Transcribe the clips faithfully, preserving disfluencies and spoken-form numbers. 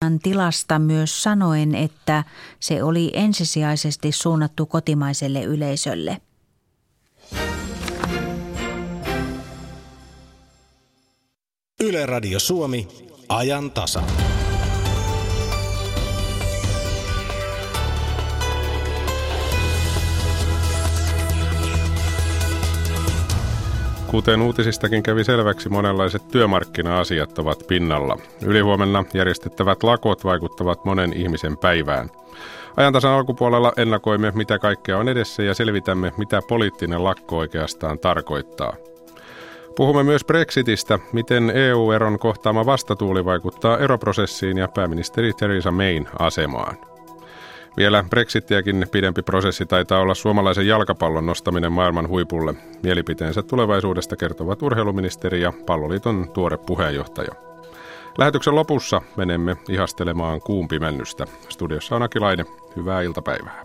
tilasta myös sanoen, että se oli ensisijaisesti suunnattu kotimaiselle yleisölle. Yle Radio Suomi, ajan tasa. Kuten uutisistakin kävi selväksi, monenlaiset työmarkkina-asiat ovat pinnalla. Ylihuomenna järjestettävät lakot vaikuttavat monen ihmisen päivään. Ajantasan alkupuolella ennakoimme, mitä kaikkea on edessä ja selvitämme, mitä poliittinen lakko oikeastaan tarkoittaa. Puhumme myös Brexitistä, miten E U-eron kohtaama vastatuuli vaikuttaa eroprosessiin ja pääministeri Theresa Mayn asemaan. Vielä Brexitiäkin pidempi prosessi taitaa olla suomalaisen jalkapallon nostaminen maailman huipulle. Mielipiteensä tulevaisuudesta kertovat urheiluministeri ja Palloliiton tuore puheenjohtaja. Lähetyksen lopussa menemme ihastelemaan kuun pimennystä. Studiossa on Aki Laine. Hyvää iltapäivää.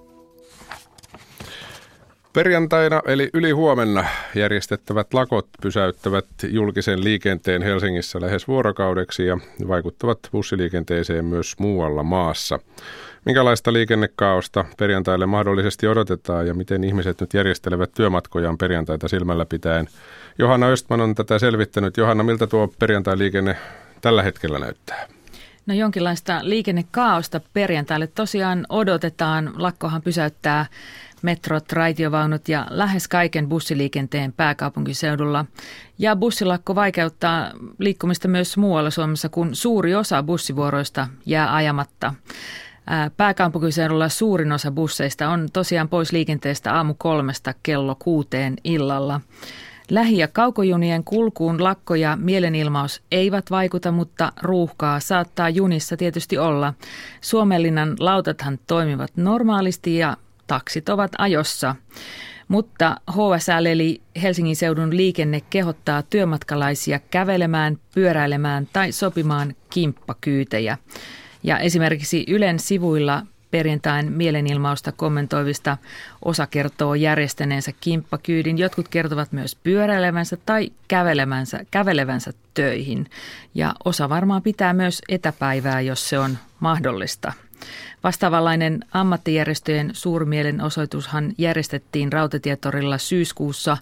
Perjantaina eli ylihuomenna järjestettävät lakot pysäyttävät julkisen liikenteen Helsingissä lähes vuorokaudeksi ja vaikuttavat bussiliikenteeseen myös muualla maassa. Minkälaista liikennekaaosta perjantaille mahdollisesti odotetaan ja miten ihmiset nyt järjestelevät työmatkojaan perjantaita silmällä pitäen? Johanna Östman on tätä selvittänyt. Johanna, miltä tuo perjantai-liikenne tällä hetkellä näyttää? No jonkinlaista liikennekaaosta perjantaille tosiaan odotetaan. Lakkohan pysäyttää metrot, raitiovaunut ja lähes kaiken bussiliikenteen pääkaupunkiseudulla. Ja bussilakko vaikeuttaa liikkumista myös muualla Suomessa, kun suuri osa bussivuoroista jää ajamatta. Pääkaupunkiseudulla suurin osa busseista on tosiaan pois liikenteestä aamu kolmesta kello kuuteen illalla. Lähi- ja kaukojunien kulkuun lakko ja mielenilmaus eivät vaikuta, mutta ruuhkaa saattaa junissa tietysti olla. Suomenlinnan lautathan toimivat normaalisti ja taksit ovat ajossa. Mutta H S L eli Helsingin seudun liikenne kehottaa työmatkalaisia kävelemään, pyöräilemään tai sopimaan kimppakyytejä. Ja esimerkiksi Ylen sivuilla perjantain mielenilmausta kommentoivista osa kertoo järjestäneensä kimppakyydin. Jotkut kertovat myös pyöräilevänsä tai kävelevänsä, kävelevänsä töihin. Ja osa varmaan pitää myös etäpäivää, jos se on mahdollista. Vastaavanlainen ammattijärjestöjen suurmielenosoitushan järjestettiin Rautatietorilla syyskuussa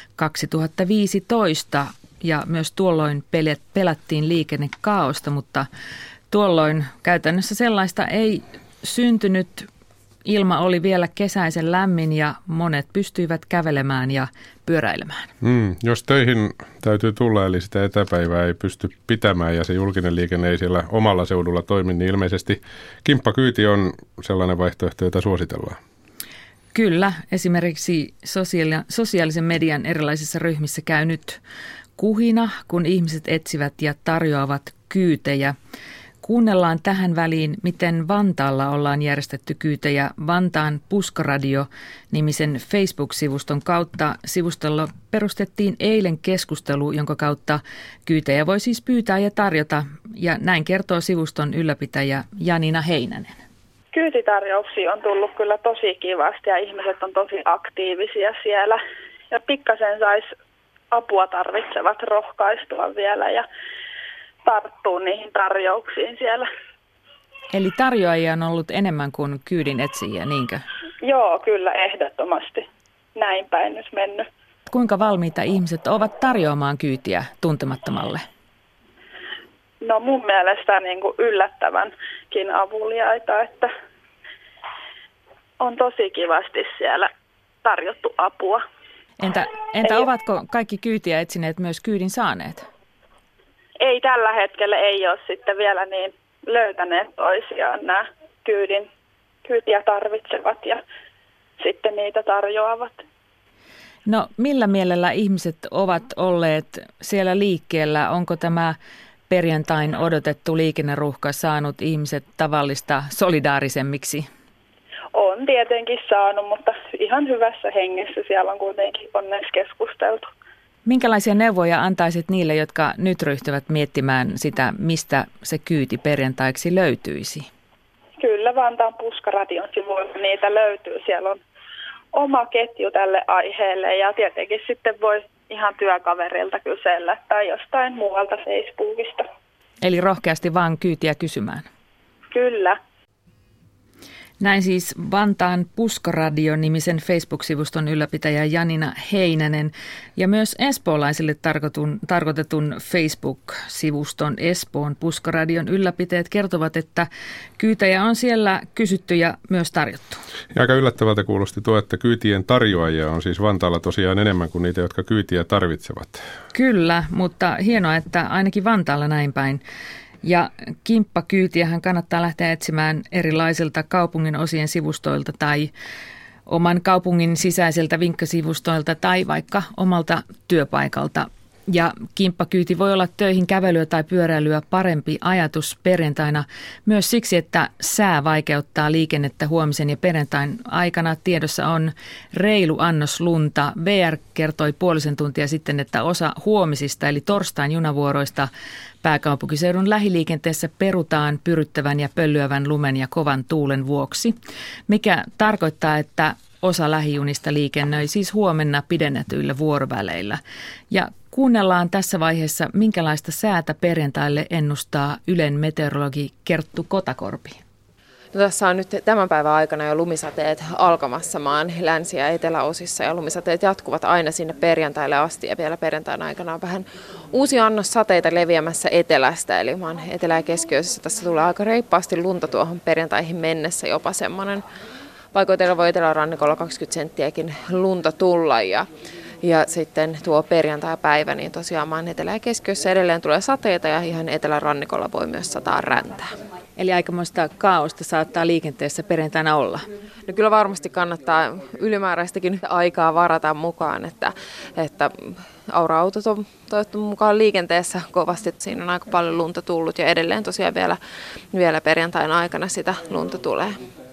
kaksituhattaviisitoista ja myös tuolloin pelättiin liikennekaaosta, mutta tuolloin käytännössä sellaista ei syntynyt. Ilma oli vielä kesäisen lämmin ja monet pystyivät kävelemään ja pyöräilemään. Mm, jos töihin täytyy tulla, eli sitä etäpäivää ei pysty pitämään ja se julkinen liikenne ei siellä omalla seudulla toimi, niin ilmeisesti kimppakyyti on sellainen vaihtoehto, jota suositellaan. Kyllä, esimerkiksi sosiaali- sosiaalisen median erilaisissa ryhmissä käy nyt kuhina, kun ihmiset etsivät ja tarjoavat kyytejä. Kuunnellaan tähän väliin, miten Vantaalla ollaan järjestetty kyytejä Vantaan Puskaradio-nimisen Facebook-sivuston kautta. Sivustolla perustettiin eilen keskustelu, jonka kautta kyytejä voi siis pyytää ja tarjota. Ja näin kertoo sivuston ylläpitäjä Janina Heinänen. Kyytitarjouksia on tullut kyllä tosi kivasti ja ihmiset on tosi aktiivisia siellä. Ja pikkasen sais apua tarvitsevat rohkaistua vielä ja tarttuu niihin tarjouksiin siellä. Eli tarjoajia on ollut enemmän kuin kyydin etsijiä, niinkö? Joo, kyllä ehdottomasti. Näin päin nyt mennyt. Kuinka valmiita ihmiset ovat tarjoamaan kyytiä tuntemattomalle? No mun mielestä niin kuin yllättävänkin avuliaita, että on tosi kivasti siellä tarjottu apua. Entä, entä ovatko kaikki kyytiä etsineet myös kyydin saaneet? Ei tällä hetkellä ei ole sitten vielä niin löytäneet toisiaan nämä kyydin, kyytiä tarvitsevat ja sitten niitä tarjoavat. No millä mielellä ihmiset ovat olleet siellä liikkeellä? Onko tämä perjantain odotettu liikenneruuhka saanut ihmiset tavallista solidaarisemmiksi? On tietenkin saanut, mutta ihan hyvässä hengessä siellä on kuitenkin onneksi keskusteltu. Minkälaisia neuvoja antaisit niille, jotka nyt ryhtyvät miettimään sitä, mistä se kyyti perjantaiksi löytyisi? Kyllä Vantaan Puskaradion sivuilla niitä löytyy. Siellä on oma ketju tälle aiheelle ja tietenkin sitten voi ihan työkaverilta kysellä tai jostain muualta Facebookista. Eli rohkeasti vaan kyytiä kysymään. Kyllä. Näin siis Vantaan Puskaradio-nimisen Facebook-sivuston ylläpitäjä Janina Heinänen ja myös espoolaisille tarkoitetun, tarkoitetun Facebook-sivuston Espoon Puskaradion ylläpitäjät kertovat, että kyytejä on siellä kysytty ja myös tarjottu. Ja aika yllättävältä kuulosti tuo, että kyytien tarjoajia on siis Vantaalla tosiaan enemmän kuin niitä, jotka kyytiä tarvitsevat. Kyllä, mutta hienoa, että ainakin Vantaalla näin päin. Ja kimppakyytiähän kannattaa lähteä etsimään erilaisilta kaupungin osien sivustoilta tai oman kaupungin sisäisiltä vinkkasivustoilta tai vaikka omalta työpaikalta. Ja kimppakyyti voi olla töihin kävelyä tai pyöräilyä parempi ajatus perjantaina myös siksi, että sää vaikeuttaa liikennettä huomisen ja perjantain aikana. Tiedossa on reilu annos lunta. V R kertoi puolisen tuntia sitten, että osa huomisista eli torstain junavuoroista pääkaupunkiseudun lähiliikenteessä perutaan pyryttävän ja pöllyävän lumen ja kovan tuulen vuoksi, mikä tarkoittaa, että osa lähijunista liikennöi siis huomenna pidennetyillä vuoroväleillä. Ja kuunnellaan tässä vaiheessa, minkälaista säätä perjantaille ennustaa Ylen meteorologi Kerttu Kotakorpi. No, tässä on nyt tämän päivän aikana jo lumisateet alkamassa maan länsi- ja eteläosissa ja lumisateet jatkuvat aina sinne perjantaille asti ja vielä perjantain aikana on vähän uusi annos sateita leviämässä etelästä, eli maan etelä- ja keskiosissa tässä tulee aika reippaasti lunta tuohon perjantaihin mennessä, jopa semmoinen paikoitella voi etelärannikolla kaksikymmentä senttiäkin lunta tulla ja Ja sitten tuo perjantai-päivä, niin tosiaan maan etelä- ja keskiössä edelleen tulee sateita ja ihan etelärannikolla voi myös sataa räntää. Eli aikamoista kaaosta saattaa liikenteessä perjantaina olla? No kyllä varmasti kannattaa ylimääräistäkin aikaa varata mukaan, että, että aura-autot on toivottu mukaan liikenteessä kovasti. Siinä on aika paljon lunta tullut ja edelleen tosiaan vielä, vielä perjantain aikana sitä lunta tulee.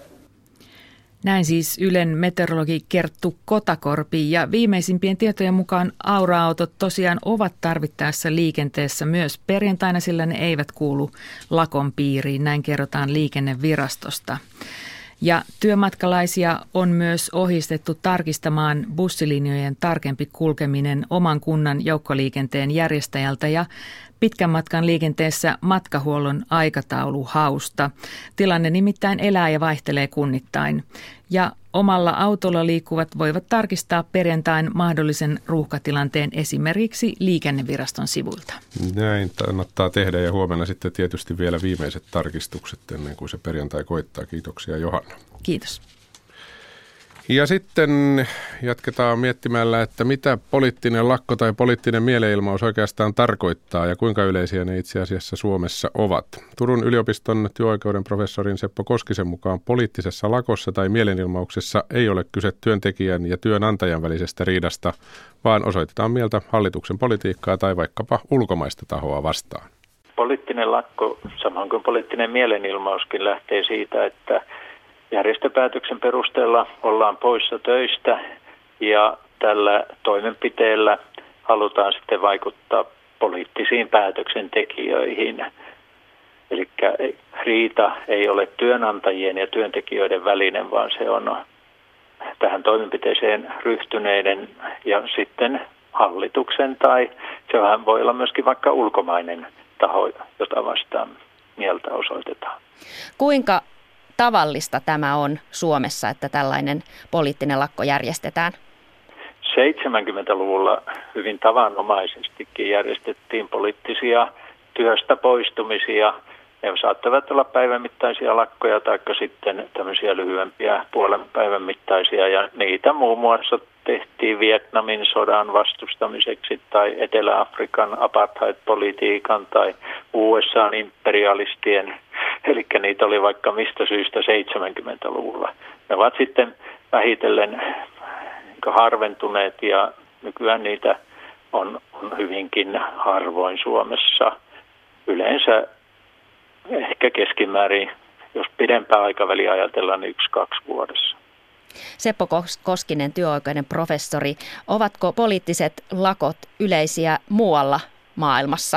Näin siis Ylen meteorologi Kerttu Kotakorpi ja viimeisimpien tietojen mukaan aura-autot tosiaan ovat tarvittaessa liikenteessä myös perjantaina, sillä ne eivät kuulu lakon piiriin, näin kerrotaan liikennevirastosta. Ja työmatkalaisia on myös ohjeistettu tarkistamaan bussilinjojen tarkempi kulkeminen oman kunnan joukkoliikenteen järjestäjältä ja pitkän matkan liikenteessä matkahuollon aikatauluhausta. Tilanne nimittäin elää ja vaihtelee kunnittain. Ja omalla autolla liikkuvat voivat tarkistaa perjantain mahdollisen ruuhkatilanteen esimerkiksi liikenneviraston sivuilta. Näin kannattaa tehdä ja huomenna sitten tietysti vielä viimeiset tarkistukset ennen kuin se perjantai koittaa. Kiitoksia Johanna. Kiitos. Ja sitten jatketaan miettimällä, että mitä poliittinen lakko tai poliittinen mielenilmaus oikeastaan tarkoittaa ja kuinka yleisiä ne itse asiassa Suomessa ovat. Turun yliopiston työoikeuden professorin Seppo Koskisen mukaan poliittisessa lakossa tai mielenilmauksessa ei ole kyse työntekijän ja työnantajan välisestä riidasta, vaan osoitetaan mieltä hallituksen politiikkaa tai vaikkapa ulkomaista tahoa vastaan. Poliittinen lakko, samoin kuin poliittinen mielenilmauskin, lähtee siitä, että järjestöpäätöksen perusteella ollaan poissa töistä ja tällä toimenpiteellä halutaan sitten vaikuttaa poliittisiin päätöksentekijöihin. Eli riita ei ole työnantajien ja työntekijöiden välinen, vaan se on tähän toimenpiteeseen ryhtyneiden ja sitten hallituksen tai sehän voi olla myöskin vaikka ulkomainen taho, jota vastaan mieltä osoitetaan. Kuinka tavallista tämä on Suomessa, että tällainen poliittinen lakko järjestetään? seitsemänkymmentäluvulla hyvin tavanomaisestikin järjestettiin poliittisia työstä poistumisia. Ne saattavat olla päivän mittaisia lakkoja tai sitten tämmöisiä lyhyempiä puolen päivän mittaisia. Ja niitä muun muassa tehtiin Vietnamin sodan vastustamiseksi tai Etelä-Afrikan apartheid-politiikan tai U S A:n imperialistien. Eli niitä oli vaikka mistä syystä seitsemänkymmentäluvulla. Ne ovat sitten vähitellen harventuneet ja nykyään niitä on, on hyvinkin harvoin Suomessa. Yleensä ehkä keskimäärin, jos pidempää aikaväliä ajatellaan, niin yksi, kaksi vuodessa. Seppo Koskinen, työoikeuden professori. Ovatko poliittiset lakot yleisiä muualla maailmassa?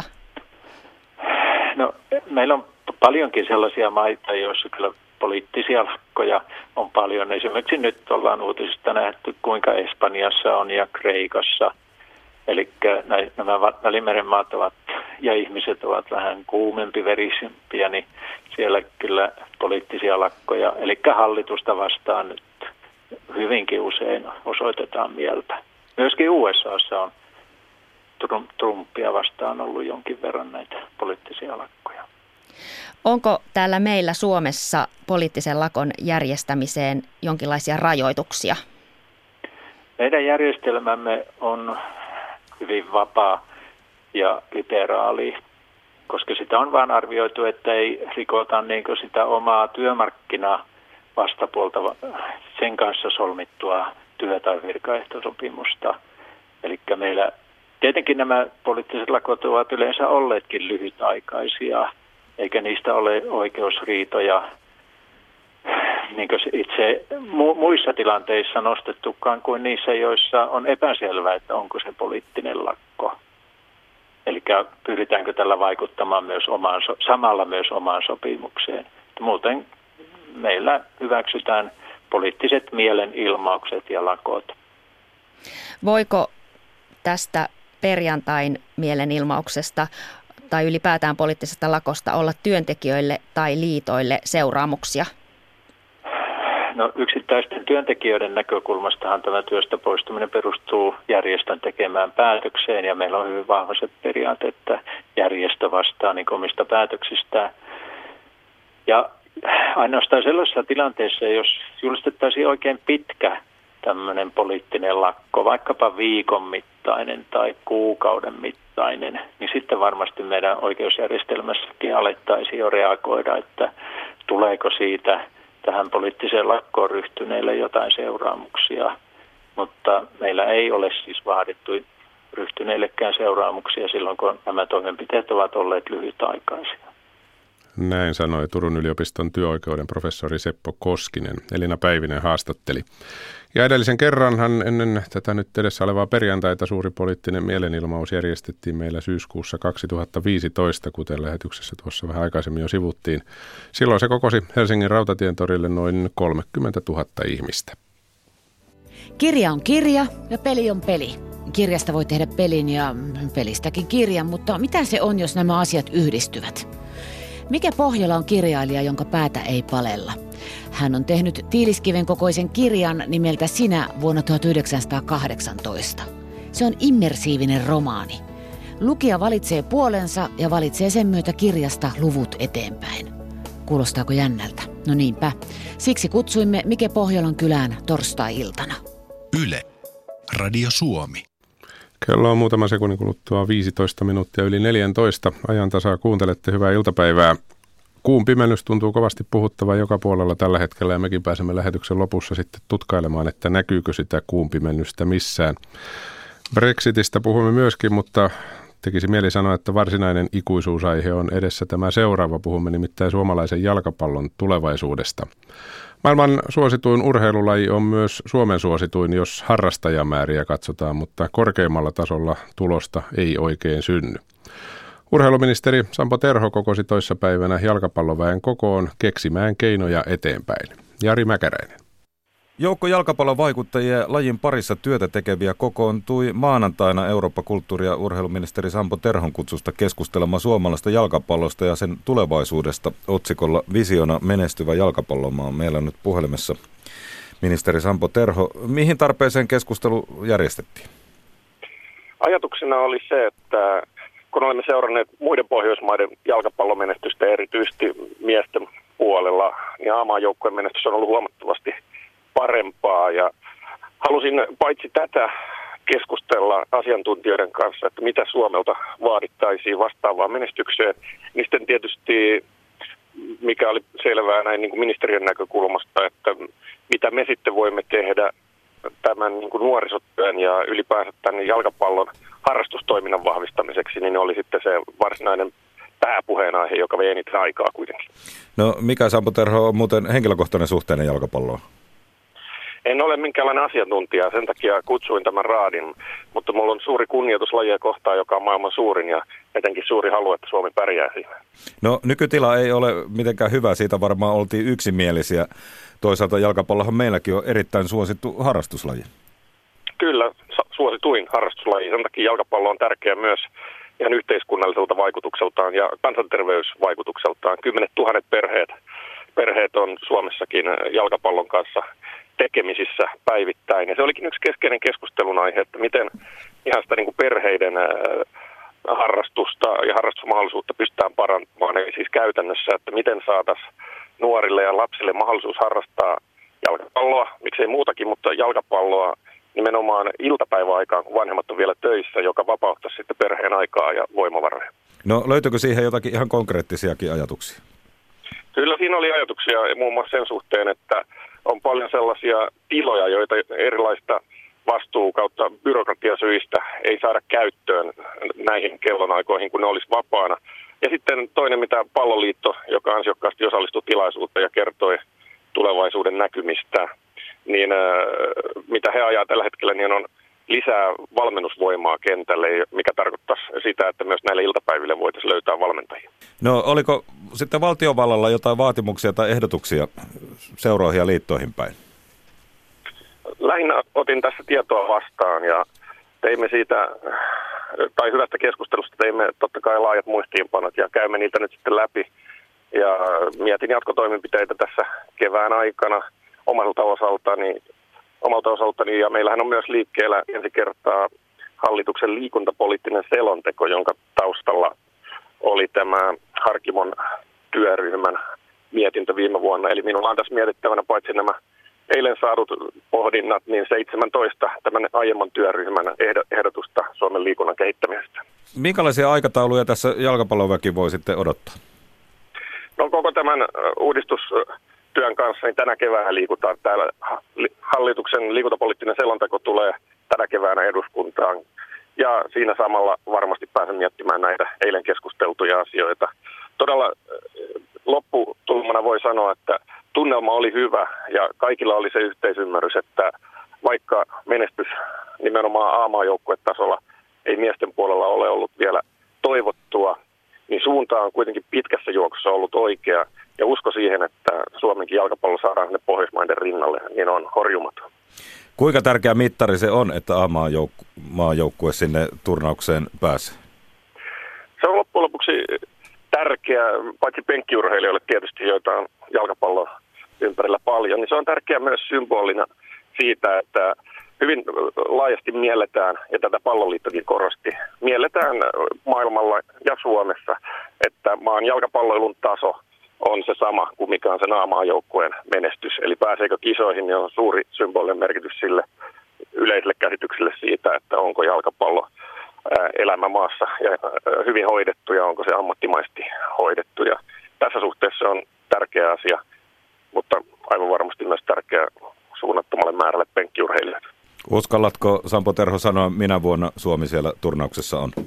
No, meillä on paljonkin sellaisia maita, joissa kyllä poliittisia lakkoja on paljon. Esimerkiksi nyt ollaan uutisista nähty, kuinka Espanjassa on ja Kreikassa. Eli nämä Välimeren maat ovat ja ihmiset ovat vähän kuumempiverisimpiä, niin siellä kyllä poliittisia lakkoja, eli hallitusta vastaan nyt hyvinkin usein osoitetaan mieltä. Myöskin U S A:ssa on Trumpia vastaan ollut jonkin verran näitä poliittisia lakkoja. Onko täällä meillä Suomessa poliittisen lakon järjestämiseen jonkinlaisia rajoituksia? Meidän järjestelmämme on hyvin vapaa ja liberaali, koska sitä on vaan arvioitu, että ei rikota niin kuin sitä omaa työmarkkinaa vastapuolta sen kanssa solmittua työ- tai virkaehtosopimusta. Eli meillä tietenkin nämä poliittiset lakot ovat yleensä olleetkin lyhytaikaisia, eikä niistä ole oikeusriitoja niin kuin itse mu- muissa tilanteissa nostettukaan kuin niissä, joissa on epäselvää, että onko se poliittinen lakko. Eli pyritäänkö tällä vaikuttamaan myös omaan, samalla myös omaan sopimukseen. Muuten meillä hyväksytään poliittiset mielenilmaukset ja lakot. Voiko tästä perjantain mielenilmauksesta tai ylipäätään poliittisesta lakosta olla työntekijöille tai liitoille seuraamuksia? No, yksittäisten työntekijöiden näkökulmastahan tämä työstä poistuminen perustuu järjestön tekemään päätökseen, ja meillä on hyvin vahva se periaate, että järjestö vastaa niin omista päätöksistään. Ja ainoastaan sellaisessa tilanteessa, jos julistettaisiin oikein pitkä tämmöinen poliittinen lakko, vaikkapa viikon mittainen tai kuukauden mittainen, niin sitten varmasti meidän oikeusjärjestelmässäkin alettaisiin jo reagoida, että tuleeko siitä tähän poliittiseen lakkoon ryhtyneille jotain seuraamuksia, mutta meillä ei ole siis vaadittu ryhtyneillekään seuraamuksia silloin, kun nämä toimenpiteet ovat olleet lyhytaikaisia. Näin sanoi Turun yliopiston työoikeuden professori Seppo Koskinen. Elina Päivinen haastatteli. Ja edellisen kerranhan ennen tätä nyt edessä olevaa perjantaita suuri poliittinen mielenilmaus järjestettiin meillä syyskuussa kaksituhattaviisitoista, kuten lähetyksessä tuossa vähän aikaisemmin jo sivuttiin. Silloin se kokosi Helsingin Rautatien torille noin kolmekymmentätuhatta ihmistä. Kirja on kirja ja peli on peli. Kirjasta voi tehdä pelin ja pelistäkin kirjan, mutta mitä se on, jos nämä asiat yhdistyvät? Mike Pohjola on kirjailija, jonka päätä ei palella. Hän on tehnyt tiiliskiven kokoisen kirjan nimeltä Sinä vuonna tuhatyhdeksänsataakahdeksantoista. Se on immersiivinen romaani. Lukija valitsee puolensa ja valitsee sen myötä kirjasta luvut eteenpäin. Kuulostaako jännältä? No niinpä. Siksi kutsuimme Mike Pohjolan kylään torstai-iltana. Yle. Radio Suomi. Kello on muutama sekunnin kuluttua viisitoista minuuttia yli neljäntoista. Ajantasaa kuuntelette, hyvää iltapäivää. Kuun pimennys tuntuu kovasti puhuttavan joka puolella tällä hetkellä, ja mekin pääsemme lähetyksen lopussa sitten tutkailemaan, että näkyykö sitä kuun pimennystä missään. Brexitistä puhumme myöskin, mutta tekisi mieli sanoa, että varsinainen ikuisuusaihe on edessä tämä seuraava. Puhumme nimittäin suomalaisen jalkapallon tulevaisuudesta. Maailman suosituin urheilulaji on myös Suomen suosituin, jos harrastajamääriä katsotaan, mutta korkeimmalla tasolla tulosta ei oikein synny. Urheiluministeri Sampo Terho kokosi toissapäivänä jalkapalloväen kokoon keksimään keinoja eteenpäin. Jari Mäkäräinen. Joukko jalkapallon vaikuttajia lajin parissa työtä tekeviä kokoontui maanantaina Eurooppa-kulttuuri- ja urheiluministeri Sampo Terhon kutsusta keskustelemaan suomalaista jalkapallosta ja sen tulevaisuudesta otsikolla Visiona menestyvä jalkapallomaa. Meillä on nyt puhelimessa ministeri Sampo Terho. Mihin tarpeeseen keskustelu järjestettiin? Ajatuksena oli se, että kun olemme seuranneet muiden Pohjoismaiden jalkapallomenestystä erityisesti miesten puolella, niin A-maajoukkojen menestys on ollut huomattavasti parempaa, ja halusin paitsi tätä keskustella asiantuntijoiden kanssa, että mitä Suomelta vaadittaisiin vastaavaan menestykseen, niin sitten tietysti, mikä oli selvää näin niin kuin ministeriön näkökulmasta, että mitä me sitten voimme tehdä tämän niin kuin nuorisotyön ja ylipäänsä tämän jalkapallon harrastustoiminnan vahvistamiseksi, niin oli sitten se varsinainen pääpuheenaihe, joka vei eniten aikaa kuitenkin. No mikä, Sampo Terho, on muuten henkilökohtainen suhteinen jalkapalloon? En ole minkäänlainen asiantuntija, sen takia kutsuin tämän raadin, mutta minulla on suuri kunnioitus lajia kohtaan, joka on maailman suurin, ja etenkin suuri halu, että Suomi pärjää siinä. No nykytila ei ole mitenkään hyvä, siitä varmaan oltiin yksimielisiä. Toisaalta jalkapallohan meilläkin on erittäin suosittu harrastuslaji. Kyllä, suosituin harrastuslaji. Sen takia jalkapallo on tärkeä myös ihan yhteiskunnalliselta vaikutukseltaan ja kansanterveysvaikutukseltaan. Kymmenet tuhannet perheet, perheet on Suomessakin jalkapallon kanssa tekemisissä päivittäin. Ja se olikin yksi keskeinen keskustelun aihe, että miten ihan sitä niin kuin perheiden harrastusta ja harrastusmahdollisuutta pystytään parantamaan. Eli siis käytännössä, että miten saataisiin nuorille ja lapsille mahdollisuus harrastaa jalkapalloa, miksei muutakin, mutta jalkapalloa nimenomaan iltapäiväaikaan, kun vanhemmat on vielä töissä, joka vapauttaisi sitten perheen aikaa ja voimavaroja. No löytyykö siihen jotakin ihan konkreettisiakin ajatuksia? Kyllä siinä oli ajatuksia muun muassa sen suhteen, että on paljon sellaisia tiloja, joita erilaista vastuu kautta byrokratiasyistä ei saada käyttöön näihin kellonaikoihin, kun ne olisi vapaana. Ja sitten toinen, mitä Palloliitto, joka ansiokkaasti osallistui tilaisuuteen ja kertoi tulevaisuuden näkymistä, niin äh, mitä he ajaa tällä hetkellä, niin on lisää valmennusvoimaa kentälle, mikä tarkoittaisi sitä, että myös näille iltapäiville voitaisiin löytää valmentajia. No oliko sitten valtiovallalla jotain vaatimuksia tai ehdotuksia seuroihin ja liittoihin päin? Lähinnä otin tässä tietoa vastaan ja teimme siitä, tai hyvästä keskustelusta teimme totta kai laajat muistiinpanot ja käymme niitä nyt sitten läpi. Ja mietin jatkotoimenpiteitä tässä kevään aikana omalta osaltani, omalta osaltani. Ja meillähän on myös liikkeellä ensi kertaa hallituksen liikuntapoliittinen selonteko, jonka taustalla oli tämä Harkimon työryhmän mietintö viime vuonna. Eli minulla on tässä mietittävänä paitsi nämä eilen saadut pohdinnat, niin seitsemäntoista tämän aiemman työryhmän ehdotusta Suomen liikunnan kehittämisestä. Minkälaisia aikatauluja tässä jalkapalloväki voi sitten odottaa? No koko tämän uudistustyön kanssa niin tänä keväänä liikutaan täällä. Hallituksen liikuntapoliittinen selonteko tulee tänä keväänä eduskuntaan. Ja siinä samalla varmasti pääsen miettimään näitä eilen keskusteltuja asioita. Todella lopputulmana voi sanoa, että tunnelma oli hyvä ja kaikilla oli se yhteisymmärrys, että vaikka menestys nimenomaan A-maajoukkuetasolla ei miesten puolella ole ollut vielä toivottua, niin suunta on kuitenkin pitkässä juoksussa ollut oikea. Ja usko siihen, että Suomenkin jalkapallo saadaan sinne Pohjoismaiden rinnalle, niin on horjumaton. Kuinka tärkeä mittari se on, että A-maajoukkue sinne turnaukseen pääsee? Se on loppujen lopuksi tärkeä, paitsi penkkiurheilijoille tietysti, joita on jalkapallon ympärillä paljon, niin se on tärkeä myös symbolina siitä, että hyvin laajasti mielletään, ja tätä Palloliittokin korosti, mielletään maailmalla ja Suomessa, että maan jalkapalloilun taso on se sama kuin mikä on sen A-maajoukkueen menestys. Eli pääseekö kisoihin, niin on suuri symbolinen merkitys sille yleiselle käsitykselle siitä, että onko jalkapallo elämä maassa ja hyvin hoidettu ja onko se ammattimaisesti hoidettu. Ja tässä suhteessa se on tärkeä asia, mutta aivan varmasti myös tärkeä suunnattomalle määrälle penkkiurheilijoita. Uskallatko, Sampo Terho, sanoa, minä vuonna Suomi siellä turnauksessa on?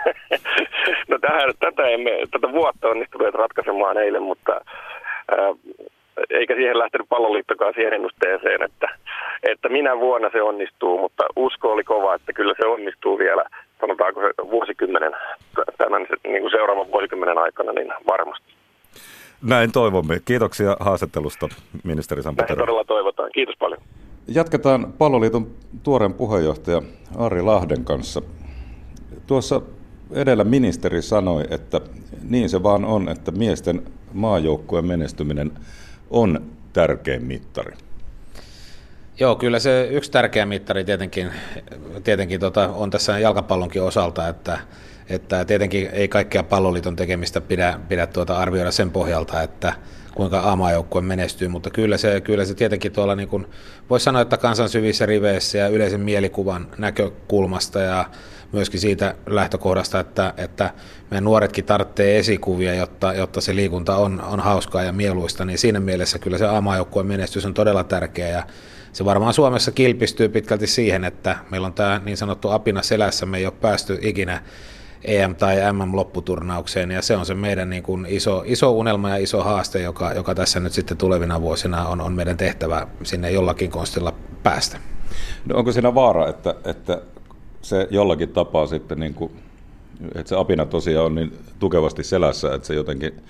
No tähän, tätä, emme, tätä vuotta onnistuneet ratkaisemaan eilen, mutta ää, eikä siihen lähtenyt Palloliittokaan siihen ennusteeseen, että, että minä vuonna se onnistuu, mutta usko oli kova, että kyllä se onnistuu vielä, sanotaanko se vuosikymmenen, tämän niin kuin seuraavan vuosikymmenen aikana, niin varmasti. Näin toivomme. Kiitoksia haastattelusta, ministeri Sampo Terho. Näin todella toivotaan. Kiitos paljon. Jatketaan Palloliiton tuoreen puheenjohtaja Ari Lahden kanssa. Tuossa edellä ministeri sanoi, että niin se vaan on, että miesten maajoukkueen menestyminen on tärkein mittari. Joo, kyllä se yksi tärkeä mittari tietenkin, tietenkin tota, on tässä jalkapallonkin osalta, että, että tietenkin ei kaikkea Palloliiton tekemistä pidä, pidä tuota arvioida sen pohjalta, että kuinka A-maajoukkue menestyy, mutta kyllä se, kyllä se tietenkin tuolla, niin kuin voisi sanoa, että kansan syvissä riveissä ja yleisen mielikuvan näkökulmasta ja myöskin siitä lähtökohdasta, että, että meidän nuoretkin tarvitsee esikuvia, jotta, jotta se liikunta on, on hauskaa ja mieluista, niin siinä mielessä kyllä se A-maajoukkueen menestys on todella tärkeä ja se varmaan Suomessa kilpistyy pitkälti siihen, että meillä on tämä niin sanottu apina selässä, me ei ole päästy ikinä E M- tai M M-lopputurnaukseen, ja se on se meidän niin kuin iso, iso unelma ja iso haaste, joka, joka tässä nyt sitten tulevina vuosina on, on meidän tehtävä sinne jollakin konstilla päästä. No onko siinä vaara, että, että se jollakin tapaa sitten, niin kuin, että se apina tosiaan on niin tukevasti selässä, että se jotenkin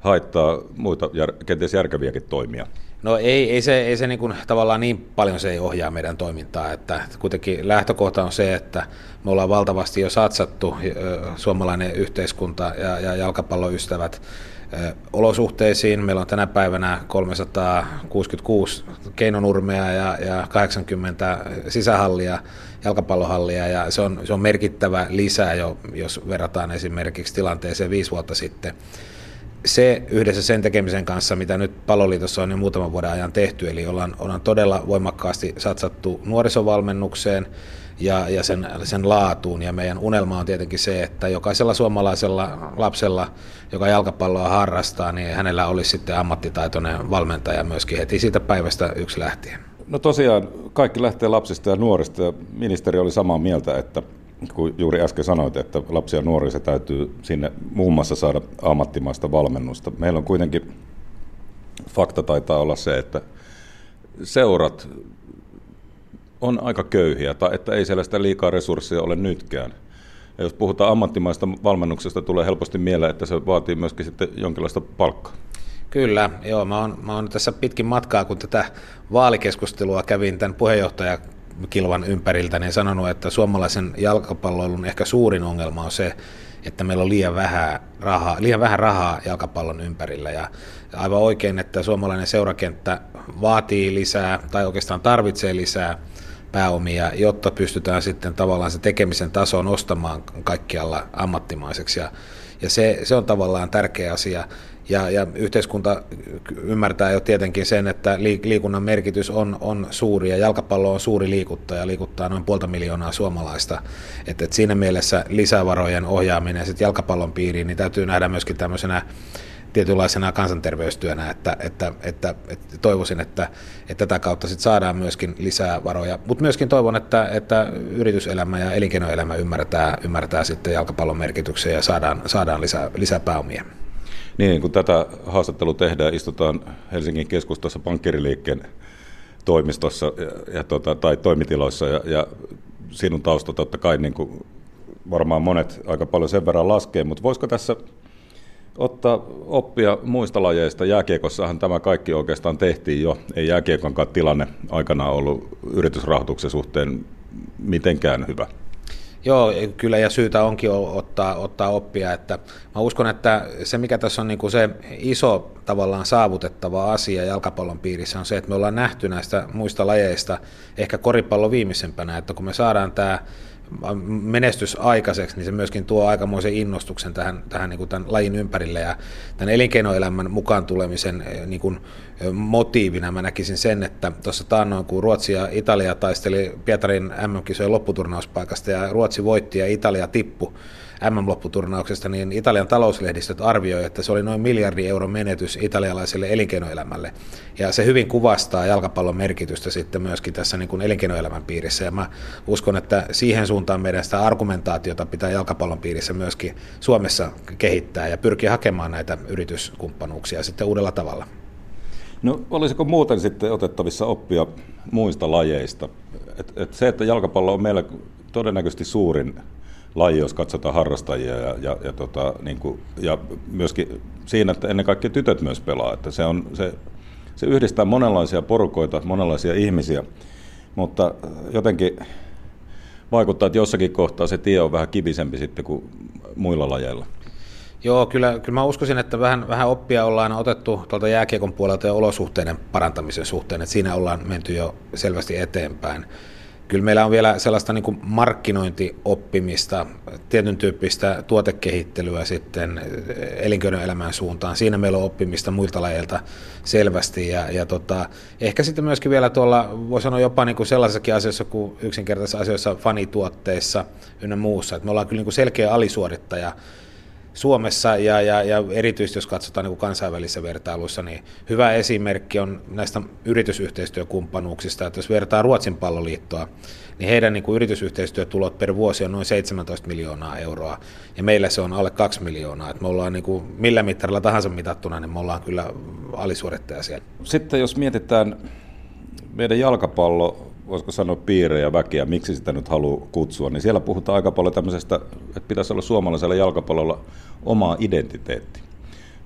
haittaa muita kenties järkeviäkin toimia? No ei, ei se, ei se niin kuin, tavallaan niin paljon se ei ohjaa meidän toimintaa, että kuitenkin lähtökohta on se, että me ollaan valtavasti jo satsattu suomalainen yhteiskunta ja, ja jalkapalloystävät olosuhteisiin. Meillä on tänä päivänä kolmesataakuusikymmentäkuusi keinonurmea ja, ja kahdeksankymmentä sisähallia, jalkapallohallia, ja se on, se on merkittävä lisä jo, jos verrataan esimerkiksi tilanteeseen viisi vuotta sitten. Se yhdessä sen tekemisen kanssa, mitä nyt Palloliitossa on jo muutaman vuoden ajan tehty, eli ollaan, ollaan todella voimakkaasti satsattu nuorisovalmennukseen ja, ja sen, sen laatuun, ja meidän unelma on tietenkin se, että jokaisella suomalaisella lapsella, joka jalkapalloa harrastaa, niin hänellä olisi sitten ammattitaitoinen valmentaja myöskin heti siitä päivästä yksi lähtien. No tosiaan kaikki lähtee lapsista ja nuorista, ja ministeri oli samaa mieltä, että kun juuri äsken sanoit, että lapsia ja nuoria se täytyy sinne muun muassa saada ammattimaista valmennusta. Meillä on kuitenkin, fakta taitaa olla se, että seurat on aika köyhiä, tai että ei siellä sitä liikaa resursseja ole nytkään. Ja jos puhutaan ammattimaista valmennuksesta, tulee helposti mieleen, että se vaatii myöskin sitten jonkinlaista palkkaa. Kyllä, joo. Mä oon, mä oon tässä pitkin matkaa, kun tätä vaalikeskustelua kävin tämän puheenjohtajakilvan ympäriltä, niin sanonut, että suomalaisen jalkapalloilun ehkä suurin ongelma on se, että meillä on liian vähän rahaa, liian vähän rahaa jalkapallon ympärillä. Ja aivan oikein, että suomalainen seurakenttä vaatii lisää, tai oikeastaan tarvitsee lisää pääomia, jotta pystytään sitten tavallaan se tekemisen taso nostamaan kaikkialla ammattimaiseksi. Ja, ja se, se on tavallaan tärkeä asia. Ja, ja yhteiskunta ymmärtää jo tietenkin sen, että liikunnan merkitys on, on suuri, ja jalkapallo on suuri liikuttaja, liikuttaa noin puolta miljoonaa suomalaista. Et, et siinä mielessä lisävarojen ohjaaminen sit jalkapallon piiriin niin täytyy nähdä myöskin tämmöisenä tietynlaisena kansanterveystyönä, että, että, että, että toivoisin, että, että tätä kautta sit saadaan myöskin lisää varoja, mutta myöskin toivon, että, että yrityselämä ja elinkeinoelämä ymmärtää, ymmärtää sitten jalkapallon merkityksen ja saadaan, saadaan lisää, lisää pääomia. Niin, kun tätä haastattelua tehdään, istutaan Helsingin keskustassa pankkiriliikkeen toimistossa ja, ja, tota, tai toimitiloissa, ja, ja sinun tausta totta kai niin kuin varmaan monet aika paljon sen verran laskee, mutta voisiko tässä ottaa oppia muista lajeista? Jääkiekossahan tämä kaikki oikeastaan tehtiin jo, ei jääkiekonkaan tilanne aikanaan ollut yritysrahoituksen suhteen mitenkään hyvä. Joo, kyllä, ja syytä onkin ottaa, ottaa oppia, että mä uskon, että se mikä tässä on niin kuin se iso tavallaan saavutettava asia jalkapallon piirissä on se, että me ollaan nähty näistä muista lajeista ehkä koripallo viimeisempänä, että kun me saadaan tämä menestys aikaiseksi, niin se myöskin tuo aikamoisen innostuksen tähän, tähän niin kuin tämän lajin ympärille, ja tämän elinkeinoelämän mukaan tulemisen niin kuin motiivina mä näkisin sen, että tuossa taannoin, kun Ruotsi ja Italia taisteli Pietarin M M-kisojen lopputurnauspaikkasta ja Ruotsi voitti ja Italia tippui M M-lopputurnauksesta, niin Italian talouslehdistöt arvioi, että se oli noin miljardin euron menetys italialaiselle elinkeinoelämälle. Ja se hyvin kuvastaa jalkapallon merkitystä sitten myöskin tässä niin kuin elinkeinoelämän piirissä. Ja mä uskon, että siihen suuntaan meidän sitä argumentaatiota pitää jalkapallon piirissä myöskin Suomessa kehittää ja pyrkiä hakemaan näitä yrityskumppanuuksia sitten uudella tavalla. No olisiko muuten sitten otettavissa oppia muista lajeista? Et, et se, että jalkapallo on meillä todennäköisesti suurin laji, jos katsotaan harrastajia, ja, ja, ja, tota, niin kuin, ja myöskin siinä, että ennen kaikkea tytöt myös pelaa. Että se, on, se, se yhdistää monenlaisia porukoita, monenlaisia ihmisiä, mutta jotenkin vaikuttaa, että jossakin kohtaa se tie on vähän kivisempi sitten kuin muilla lajeilla. Joo, kyllä, kyllä mä uskoisin, että vähän, vähän oppia ollaan otettu tuolta jääkiekon puolelta ja olosuhteiden parantamisen suhteen, että siinä ollaan menty jo selvästi eteenpäin. Kyllä meillä on vielä sellaista niin kuin markkinointioppimista, tietyn tyyppistä tuotekehittelyä sitten elinkeinoelämän suuntaan. Siinä meillä on oppimista muilta lajeilta selvästi. Ja, ja tota, ehkä sitten myöskin vielä tuolla, voi sanoa jopa niin kuin sellaisessakin asioissa kuin yksinkertaisissa asioissa, fanituotteissa ynnä muussa. Että me ollaan kyllä niin kuin selkeä alisuorittaja Suomessa, ja, ja, ja erityisesti jos katsotaan niin kuin kansainvälisissä vertailuissa, niin hyvä esimerkki on näistä yritysyhteistyökumppanuuksista, että jos vertaa Ruotsin palloliittoa, niin heidän niin kuin yritysyhteistyötulot per vuosi on noin seitsemäntoista miljoonaa euroa, ja meillä se on alle kaksi miljoonaa, että me ollaan niin kuin millä mittarilla tahansa mitattuna, niin me ollaan kyllä alisuorittaja siellä. Sitten jos mietitään meidän jalkapallo, voisiko sanoa piirejä, väkeä, miksi sitä nyt haluaa kutsua, niin siellä puhutaan aika paljon tämmöisestä, että pitäisi olla suomalaisella jalkapallolla oma identiteetti.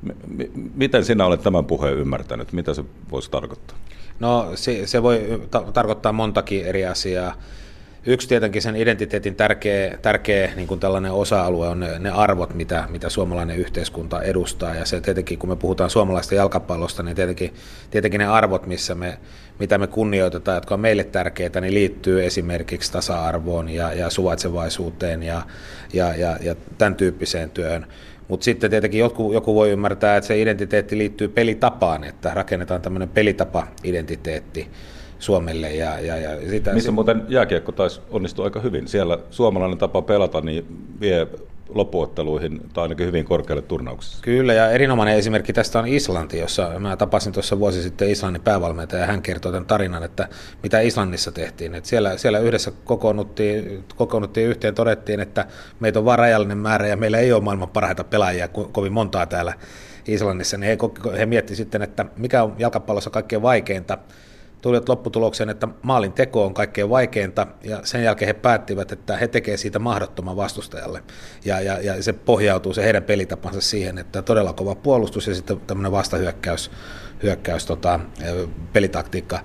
M- miten sinä olet tämän puheen ymmärtänyt? Mitä se voisi tarkoittaa? No se, se voi ta- tarkoittaa montakin eri asiaa. Yksi tietenkin sen identiteetin tärkeä, tärkeä niin kuin tällainen osa-alue on ne, ne arvot, mitä, mitä suomalainen yhteiskunta edustaa. Ja se tietenkin, kun me puhutaan suomalaisesta jalkapallosta, niin tietenkin, tietenkin ne arvot, missä me, mitä me kunnioitetaan, jotka on meille tärkeitä, niin liittyy esimerkiksi tasa-arvoon ja, ja suvaitsevaisuuteen ja, ja, ja, ja tämän tyyppiseen työhön. Mutta sitten tietenkin joku, joku voi ymmärtää, että se identiteetti liittyy pelitapaan, että rakennetaan tämmöinen pelitapa-identiteetti Suomelle. Ja, ja, ja sitä, missä muuten jääkiekko taisi onnistua aika hyvin. Siellä suomalainen tapa pelata niin vie loppuotteluihin tai ainakin hyvin korkealle turnauksessa. Kyllä, ja erinomainen esimerkki tästä on Islanti, jossa mä tapasin tuossa vuosi sitten Islannin päävalmentaja, ja hän kertoi tämän tarinan, että mitä Islannissa tehtiin. Että siellä, siellä yhdessä kokoonnuttiin, kokoonnuttiin yhteen, todettiin, että meitä on vain rajallinen määrä, ja meillä ei ole maailman parhaita pelaajia ko- kovin montaa täällä Islannissa. Niin he, he miettivät sitten, että mikä on jalkapallossa kaikkein vaikeinta. Tulivat lopputulokseen, että maalin teko on kaikkein vaikeinta, ja sen jälkeen he päättivät, että he tekevät siitä mahdottoman vastustajalle. Ja, ja, ja se pohjautuu, se heidän pelitapansa siihen, että todella kova puolustus ja sitten tämmöinen vastahyökkäys, hyökkäys, tota, pelitaktiikka.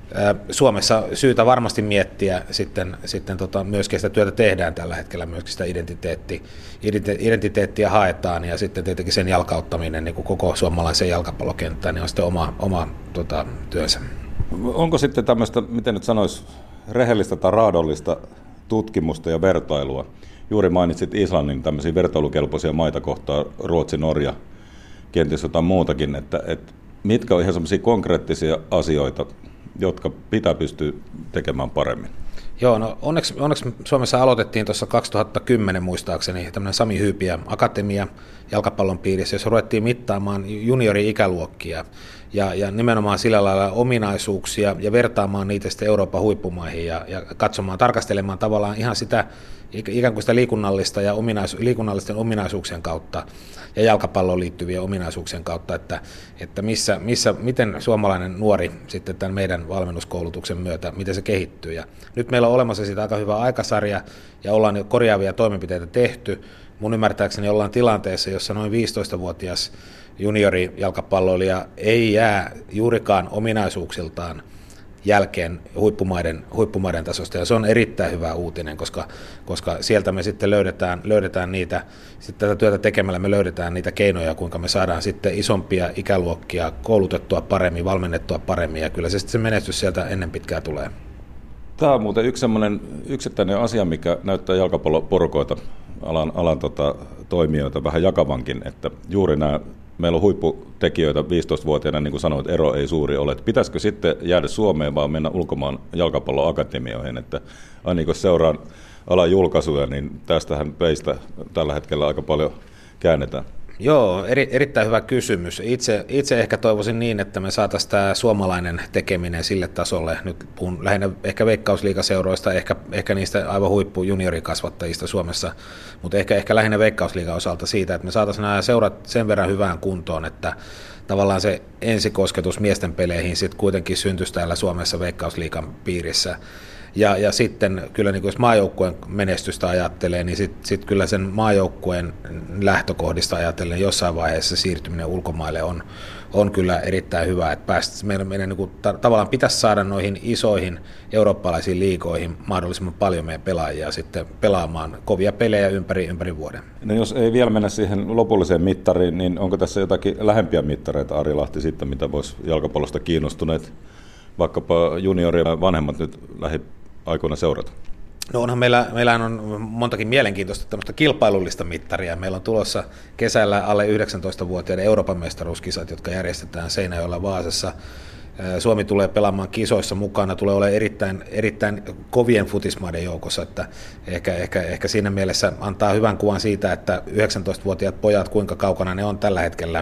Suomessa syytä varmasti miettiä sitten, sitten tota, myöskin sitä työtä tehdään tällä hetkellä, myöskin sitä identiteetti, identiteettiä haetaan, ja sitten tietenkin sen jalkauttaminen niin kuin koko suomalaisen jalkapallokenttään niin on sitten oma, oma tota, työnsä. Onko sitten tämmöistä, miten nyt sanoisi, rehellistä tai raadollista tutkimusta ja vertailua? Juuri mainitsit Islannin tämmöisiä vertailukelpoisia maita kohtaan, Ruotsi, Norja, kenties jotain muutakin, että, että mitkä on ihan semmoisia konkreettisia asioita, jotka pitää pystyä tekemään paremmin? Joo, no onneksi, onneksi Suomessa aloitettiin tuossa kaksituhattakymmenen muistaakseni tämmöinen Sami Hyypiä Akatemia jalkapallon piirissä, jossa ruvettiin mittaamaan juniori-ikäluokkia ja, ja nimenomaan sillä lailla ominaisuuksia ja vertaamaan niitä sitten Euroopan huippumaihin ja, ja katsomaan, tarkastelemaan tavallaan ihan sitä ikään kuin sitä liikunnallista ja ominaisu, liikunnallisten ominaisuuksien kautta ja jalkapalloon liittyvien ominaisuuksien kautta, että, että missä, missä, miten suomalainen nuori sitten tämän meidän valmennuskoulutuksen myötä, miten se kehittyy. Ja nyt meillä on olemassa siitä aika hyvä aikasarja ja ollaan jo korjaavia toimenpiteitä tehty. Mun ymmärtääkseni ollaan tilanteessa, jossa noin viisitoistavuotias juniorijalkapalloilija ei jää juurikaan ominaisuuksiltaan jälkeen huippumaiden, huippumaiden tasosta, ja se on erittäin hyvä uutinen, koska, koska sieltä me sitten löydetään, löydetään niitä, sitten tätä työtä tekemällä me löydetään niitä keinoja, kuinka me saadaan sitten isompia ikäluokkia koulutettua paremmin, valmennettua paremmin, ja kyllä se sitten se menestys sieltä ennen pitkää tulee. Tämä on muuten yksi sellainen yksittäinen asia, mikä näyttää jalkapalloporukoita, alan, alan tota, toimijoita vähän jakavankin, että juuri nämä meillä on huipputekijöitä viisitoistavuotiaana, niin kuin sanoit, ero ei suuri ole. Pitäisikö sitten jäädä Suomeen, vaan mennä ulkomaan jalkapalloakatemioihin? Että aina kun seuraan alan julkaisuja, niin tästähän peistä tällä hetkellä aika paljon käännetään. Joo, eri, erittäin hyvä kysymys. Itse, itse ehkä toivoisin niin, että me saataisiin tämä suomalainen tekeminen sille tasolle. Nyt puhun lähinnä ehkä veikkausliigaseuroista, ehkä, ehkä niistä aivan huippu juniorikasvattajista Suomessa, mutta ehkä, ehkä lähinnä veikkausliigan osalta siitä, että me saataisiin nämä seurat sen verran hyvään kuntoon, että tavallaan se ensikosketus miesten peleihin sitten kuitenkin syntyisi täällä Suomessa veikkausliigan piirissä. Ja, ja sitten kyllä niin jos maajoukkueen menestystä ajattelee, niin sitten sit kyllä sen maajoukkueen lähtökohdista ajatellen jossain vaiheessa siirtyminen ulkomaille on, on kyllä erittäin hyvä. Että päästä, meidän, meidän niin kuin, ta, tavallaan pitäisi saada noihin isoihin eurooppalaisiin liigoihin mahdollisimman paljon meidän pelaajia sitten pelaamaan kovia pelejä ympäri, ympäri vuoden. No jos ei vielä mennä siihen lopulliseen mittariin, niin onko tässä jotakin lähempiä mittareita, Ari Lahti, sitten, mitä voisi jalkapallosta kiinnostuneet vaikkapa juniori- ja vanhemmat nyt lähiaikoina seurata? No onhan meillä, meillähän on montakin mielenkiintoista tämmöistä kilpailullista mittaria. Meillä on tulossa kesällä alle yhdeksäntoistavuotiaiden Euroopan mestaruuskisat, jotka järjestetään Seinäjoella Vaasassa. Suomi tulee pelaamaan kisoissa mukana, tulee olemaan erittäin, erittäin kovien futismaiden joukossa, että ehkä, ehkä, ehkä siinä mielessä antaa hyvän kuvan siitä, että yhdeksäntoistavuotiaat pojat, kuinka kaukana ne on tällä hetkellä,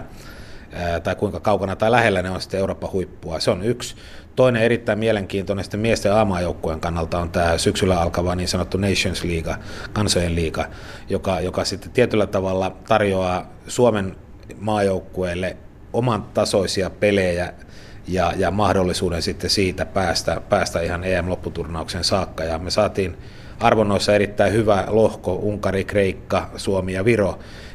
tai kuinka kaukana tai lähellä ne on sitten Euroopan huippua. Se on yksi. Toinen erittäin mielenkiintoinen sitten miesten A-maajoukkueen kannalta on tämä syksyllä alkava niin sanottu Nations League, kansojen liiga, joka, joka sitten tietyllä tavalla tarjoaa Suomen maajoukkueelle oman tasoisia pelejä ja, ja mahdollisuuden sitten siitä päästä, päästä ihan E M-lopputurnauksen saakka. Ja me saatiin arvonnoissa erittäin hyvä lohko, Unkari, Kreikka, Suomi ja Viro.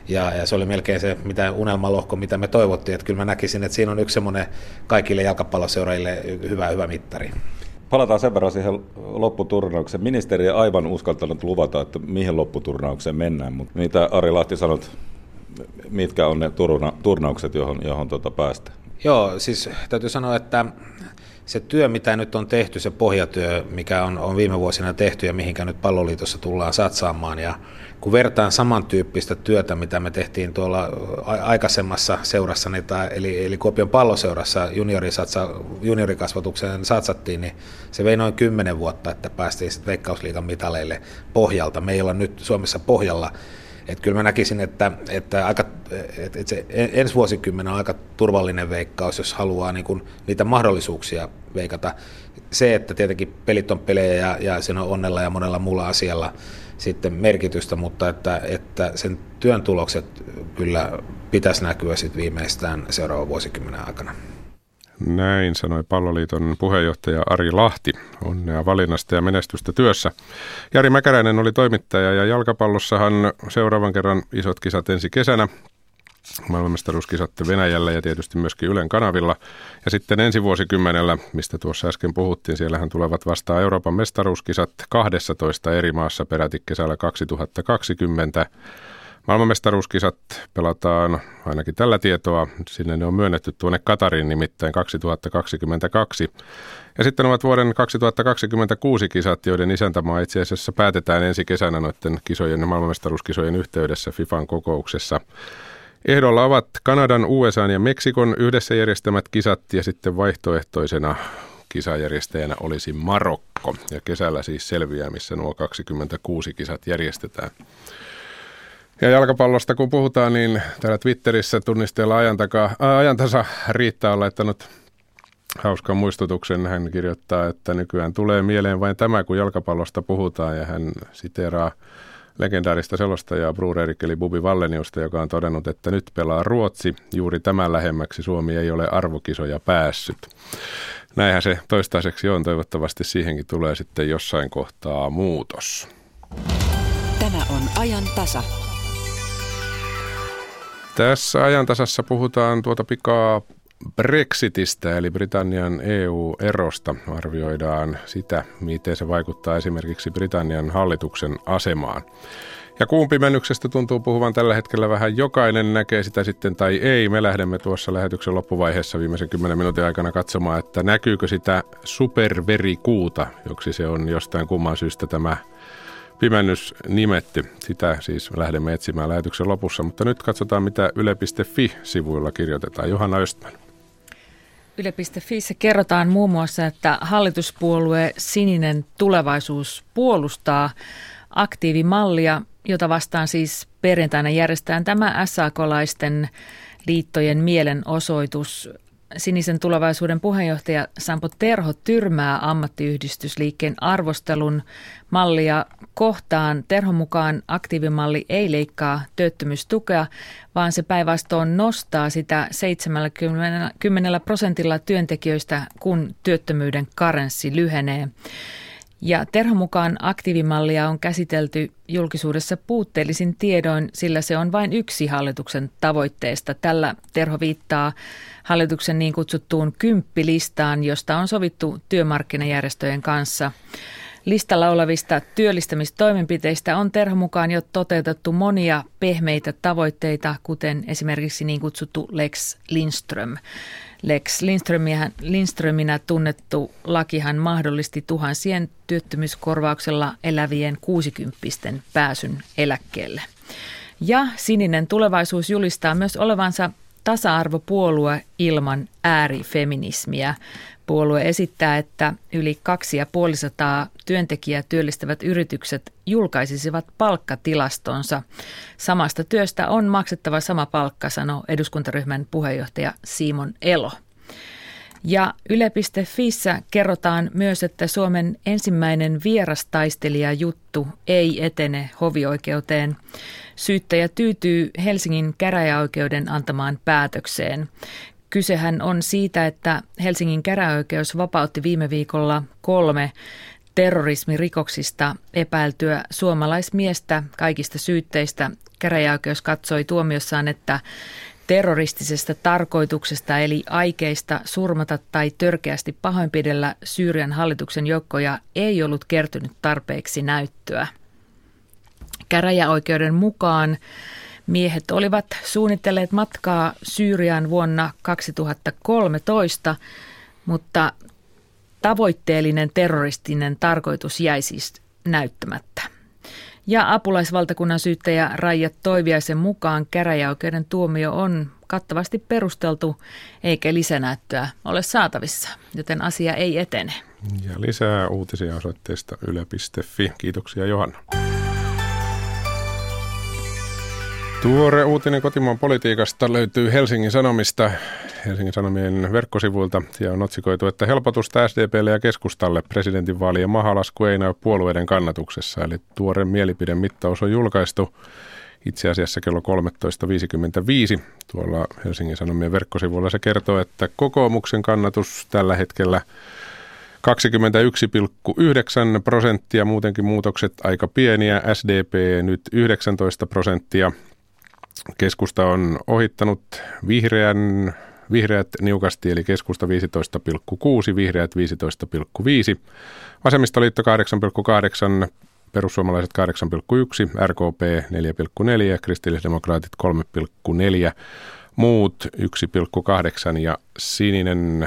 Ja, ja se oli melkein se mitä unelmalohko, mitä me toivottiin. Että kyllä mä näkisin, että siinä on yksi semmoinen kaikille jalkapalloseuraajille hyvä, hyvä mittari. Palataan sen verran siihen lopputurnaukseen. Ministeri ei aivan uskaltanut luvata, että mihin lopputurnaukseen mennään, mutta mitä Ari Lahti sanot, mitkä on ne turna, turnaukset, johon, johon tuota päästään? Joo, siis täytyy sanoa, että se työ, mitä nyt on tehty, se pohjatyö, mikä on, on viime vuosina tehty ja mihinkä nyt Palloliitossa tullaan satsaamaan, ja kun vertaan samantyyppistä työtä, mitä me tehtiin tuolla aikaisemmassa seurassa, eli, eli Kuopion Palloseurassa juniorikasvatukseen satsattiin, niin se vei noin kymmenen vuotta, että päästiin sitten Veikkausliigan mitaleille pohjalta. Me ei olla nyt Suomessa pohjalla. Että kyllä mä näkisin, että, että, aika, että se ensi vuosikymmen on aika turvallinen veikkaus, jos haluaa niin kuin niitä mahdollisuuksia veikata. Se, että tietenkin pelit on pelejä ja, ja sen on onnella ja monella muulla asialla sitten merkitystä, mutta että, että sen työn tulokset kyllä pitäisi näkyä sitten viimeistään seuraavan vuosikymmenen aikana. Näin sanoi Palloliiton puheenjohtaja Ari Lahti. Onnea valinnasta ja menestystä työssä. Jari Mäkäräinen oli toimittaja ja jalkapallossahan seuraavan kerran isot kisat ensi kesänä. Maailmanmestaruuskisat Venäjällä ja tietysti myöskin Ylen kanavilla. Ja sitten ensi vuosikymmenellä, mistä tuossa äsken puhuttiin, siellähän tulevat vastaan Euroopan mestaruuskisat kahdessatoista eri maassa peräti kesällä kaksituhattakaksikymmentä. Maailmanmestaruuskisat pelataan ainakin tällä tietoa. Sinne ne on myönnetty tuonne Katariin nimittäin kaksituhattakaksikymmentäkaksi. Ja sitten ovat vuoden kaksituhattakaksikymmentäkuusi kisat, joiden isäntämaa itse asiassa päätetään ensi kesänä noiden kisojen ja maailmanmestaruuskisojen yhteydessä FIFAn kokouksessa. Ehdolla ovat Kanadan, U S A:n ja Meksikon yhdessä järjestämät kisat ja sitten vaihtoehtoisena kisajärjestäjänä olisi Marokko. Ja kesällä siis selviää, missä nuo kaksikymmentäkuusi kisat järjestetään. Ja jalkapallosta kun puhutaan, niin täällä Twitterissä tunnisteella ajan, takaa, ää, ajantasa Riitta on laittanut hauskan muistutuksen. Hän kirjoittaa, että nykyään tulee mieleen vain tämä, kun jalkapallosta puhutaan, ja hän siteeraa legendaarista selostajaa Bruurerik eli Bubi Walleniusta, joka on todennut, että nyt pelaa Ruotsi. Juuri tämän lähemmäksi Suomi ei ole arvokisoja päässyt. Näinhän se toistaiseksi on. Toivottavasti siihenkin tulee sitten jossain kohtaa muutos. Tämä on ajan tasa. Tässä ajantasassa puhutaan tuota pikaa Brexitistä, eli Britannian E U-erosta. Arvioidaan sitä, miten se vaikuttaa esimerkiksi Britannian hallituksen asemaan. Ja kuun pimennyksestä tuntuu puhuvan tällä hetkellä vähän jokainen, näkee sitä sitten tai ei. Me lähdemme tuossa lähetyksen loppuvaiheessa viimeisen kymmenen minuutin aikana katsomaan, että näkyykö sitä superverikuuta, joksi se on jostain kumman syystä tämä pimennys nimetty. Sitä siis lähdemme etsimään lähetyksen lopussa, mutta nyt katsotaan, mitä yle piste fi-sivuilla kirjoitetaan. Johanna Östman. yle piste fi:ssä kerrotaan muun muassa, että hallituspuolue Sininen Tulevaisuus puolustaa aktiivimallia, jota vastaan siis perjantaina järjestetään tämä S A K-laisten liittojen mielenosoitus. Sinisen Tulevaisuuden puheenjohtaja Sampo Terho tyrmää ammattiyhdistysliikkeen arvostelun mallia kohtaan. Terhon mukaan aktiivimalli ei leikkaa työttömyystukea, vaan se päinvastoin nostaa sitä seitsemänkymmentä prosentilla työntekijöistä, kun työttömyyden karenssi lyhenee. Ja Terhon mukaan aktiivimallia on käsitelty julkisuudessa puutteellisin tiedoin, sillä se on vain yksi hallituksen tavoitteesta. Tällä Terho viittaa hallituksen niin kutsuttuun kymppilistaan, josta on sovittu työmarkkinajärjestöjen kanssa. Listalla olevista työllistämistoimenpiteistä on Terhon mukaan jo toteutettu monia pehmeitä tavoitteita, kuten esimerkiksi niin kutsuttu Lex Lindström. Lex Lindströminä tunnettu lakihan mahdollisti tuhansien työttömyyskorvauksella elävien kuusikymppisten pääsyn eläkkeelle. Ja Sininen Tulevaisuus julistaa myös olevansa tasa-arvopuolue ilman äärifeminismiä. Puolue esittää, että yli kaksi ja puolisataa työntekijää työllistävät yritykset julkaisisivat palkkatilastonsa. Samasta työstä on maksettava sama palkka, sanoo eduskuntaryhmän puheenjohtaja Simon Elo. Ja yle piste fi:ssä kerrotaan myös, että Suomen ensimmäinen vierastaistelijajuttu ei etene hovioikeuteen. Syyttäjä tyytyy Helsingin käräjäoikeuden antamaan päätökseen. Kysehän on siitä, että Helsingin käräjäoikeus vapautti viime viikolla kolme terrorismirikoksista epäiltyä suomalaismiestä kaikista syytteistä. Käräjäoikeus katsoi tuomiossaan, että terroristisesta tarkoituksesta eli aikeista surmata tai törkeästi pahoinpidellä Syyrian hallituksen joukkoja ei ollut kertynyt tarpeeksi näyttöä. Käräjäoikeuden mukaan miehet olivat suunnitelleet matkaa Syyriaan vuonna kaksituhattakolmetoista, mutta tavoitteellinen terroristinen tarkoitus jäi siis näyttämättä. Ja apulaisvaltakunnan syyttäjä Raija Toiviaisen mukaan käräjäoikeuden tuomio on kattavasti perusteltu eikä lisänäyttöä ole saatavissa, joten asia ei etene. Ja lisää uutisia osoitteesta yle piste fi. Kiitoksia Johanna. Tuore uutinen kotimaan politiikasta löytyy Helsingin Sanomista, Helsingin Sanomien verkkosivuilta, ja on otsikoitu, että helpotusta S D P:lle ja keskustalle presidentinvaalien mahalasku ei näy puolueiden kannatuksessa. Eli tuore mielipidemittaus on julkaistu itse asiassa kello kolmetoista viisikymmentäviisi. Tuolla Helsingin Sanomien verkkosivuilla se kertoo, että kokoomuksen kannatus tällä hetkellä kaksikymmentäyksi pilkku yhdeksän prosenttia, muutenkin muutokset aika pieniä, S D P nyt yhdeksäntoista prosenttia. Keskusta on ohittanut vihreän, vihreät niukasti, eli keskusta viisitoista pilkku kuusi, vihreät viisitoista pilkku viisi, vasemmistoliitto kahdeksan pilkku kahdeksan, perussuomalaiset kahdeksan pilkku yksi, R K P neljä pilkku neljä, kristillisdemokraatit kolme pilkku neljä, muut yksi pilkku kahdeksan ja sininen,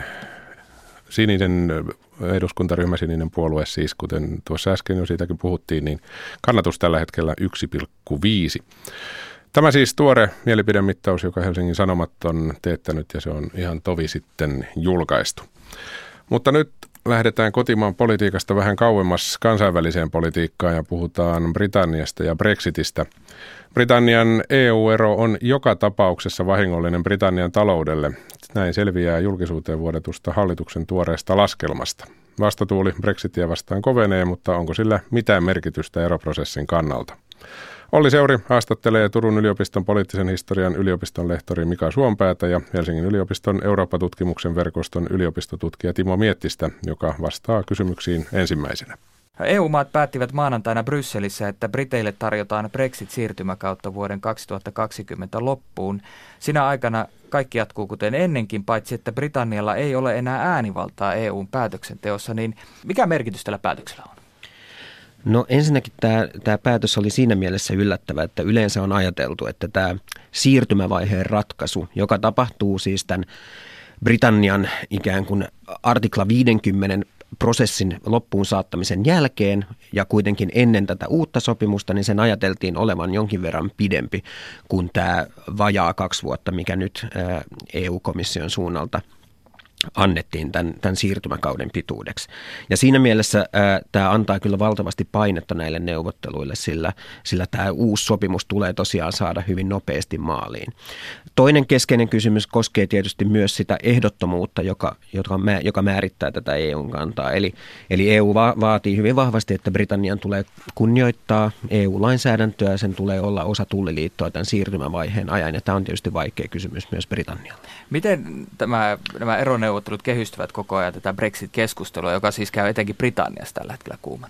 sininen eduskuntaryhmä, sininen puolue siis, kuten tuossa äsken jo siitäkin puhuttiin, niin kannatus tällä hetkellä yksi pilkku viisi. Tämä siis tuore mielipidemittaus, joka Helsingin Sanomat on teettänyt, ja se on ihan tovi sitten julkaistu. Mutta nyt lähdetään kotimaan politiikasta vähän kauemmas kansainväliseen politiikkaan ja puhutaan Britanniasta ja Brexitistä. Britannian E U-ero on joka tapauksessa vahingollinen Britannian taloudelle. Näin selviää julkisuuteen vuodetusta hallituksen tuoreesta laskelmasta. Vastatuuli Brexitia vastaan kovenee, mutta onko sillä mitään merkitystä eroprosessin kannalta? Olli Seuri haastattelee Turun yliopiston poliittisen historian yliopiston lehtori Mika Suompäätä ja Helsingin yliopiston Eurooppa-tutkimuksen verkoston yliopistotutkija Timo Miettistä, joka vastaa kysymyksiin ensimmäisenä. E U-maat päättivät maanantaina Brysselissä, että Briteille tarjotaan Brexit-siirtymäkautta vuoden kaksituhattakaksikymmentä loppuun. Sinä aikana kaikki jatkuu kuten ennenkin, paitsi että Britannialla ei ole enää äänivaltaa E U:n päätöksenteossa, niin mikä merkitys tällä päätöksellä on? No ensinnäkin tämä, tämä päätös oli siinä mielessä yllättävä, että yleensä on ajateltu, että tämä siirtymävaiheen ratkaisu, joka tapahtuu siis tämän Britannian ikään kuin artikla viisikymmentä prosessin loppuun saattamisen jälkeen ja kuitenkin ennen tätä uutta sopimusta, niin sen ajateltiin olevan jonkin verran pidempi kuin tämä vajaa kaksi vuotta, mikä nyt E U-komission suunnalta annettiin tämän, tämän siirtymäkauden pituudeksi. Ja siinä mielessä ää, tämä antaa kyllä valtavasti painetta näille neuvotteluille, sillä, sillä tämä uusi sopimus tulee tosiaan saada hyvin nopeasti maaliin. Toinen keskeinen kysymys koskee tietysti myös sitä ehdottomuutta, joka, joka, joka määrittää tätä E U:n kantaa. Eli, eli E U va- vaatii hyvin vahvasti, että Britannian tulee kunnioittaa E U-lainsäädäntöä ja sen tulee olla osa tulliliittoa tämän siirtymävaiheen ajan. Ja tämä on tietysti vaikea kysymys myös Britannialle. Miten tämä, nämä eroneuvottelut kehystyvät koko ajan tätä Brexit-keskustelua, joka siis käy etenkin Britanniassa tällä hetkellä kuumana?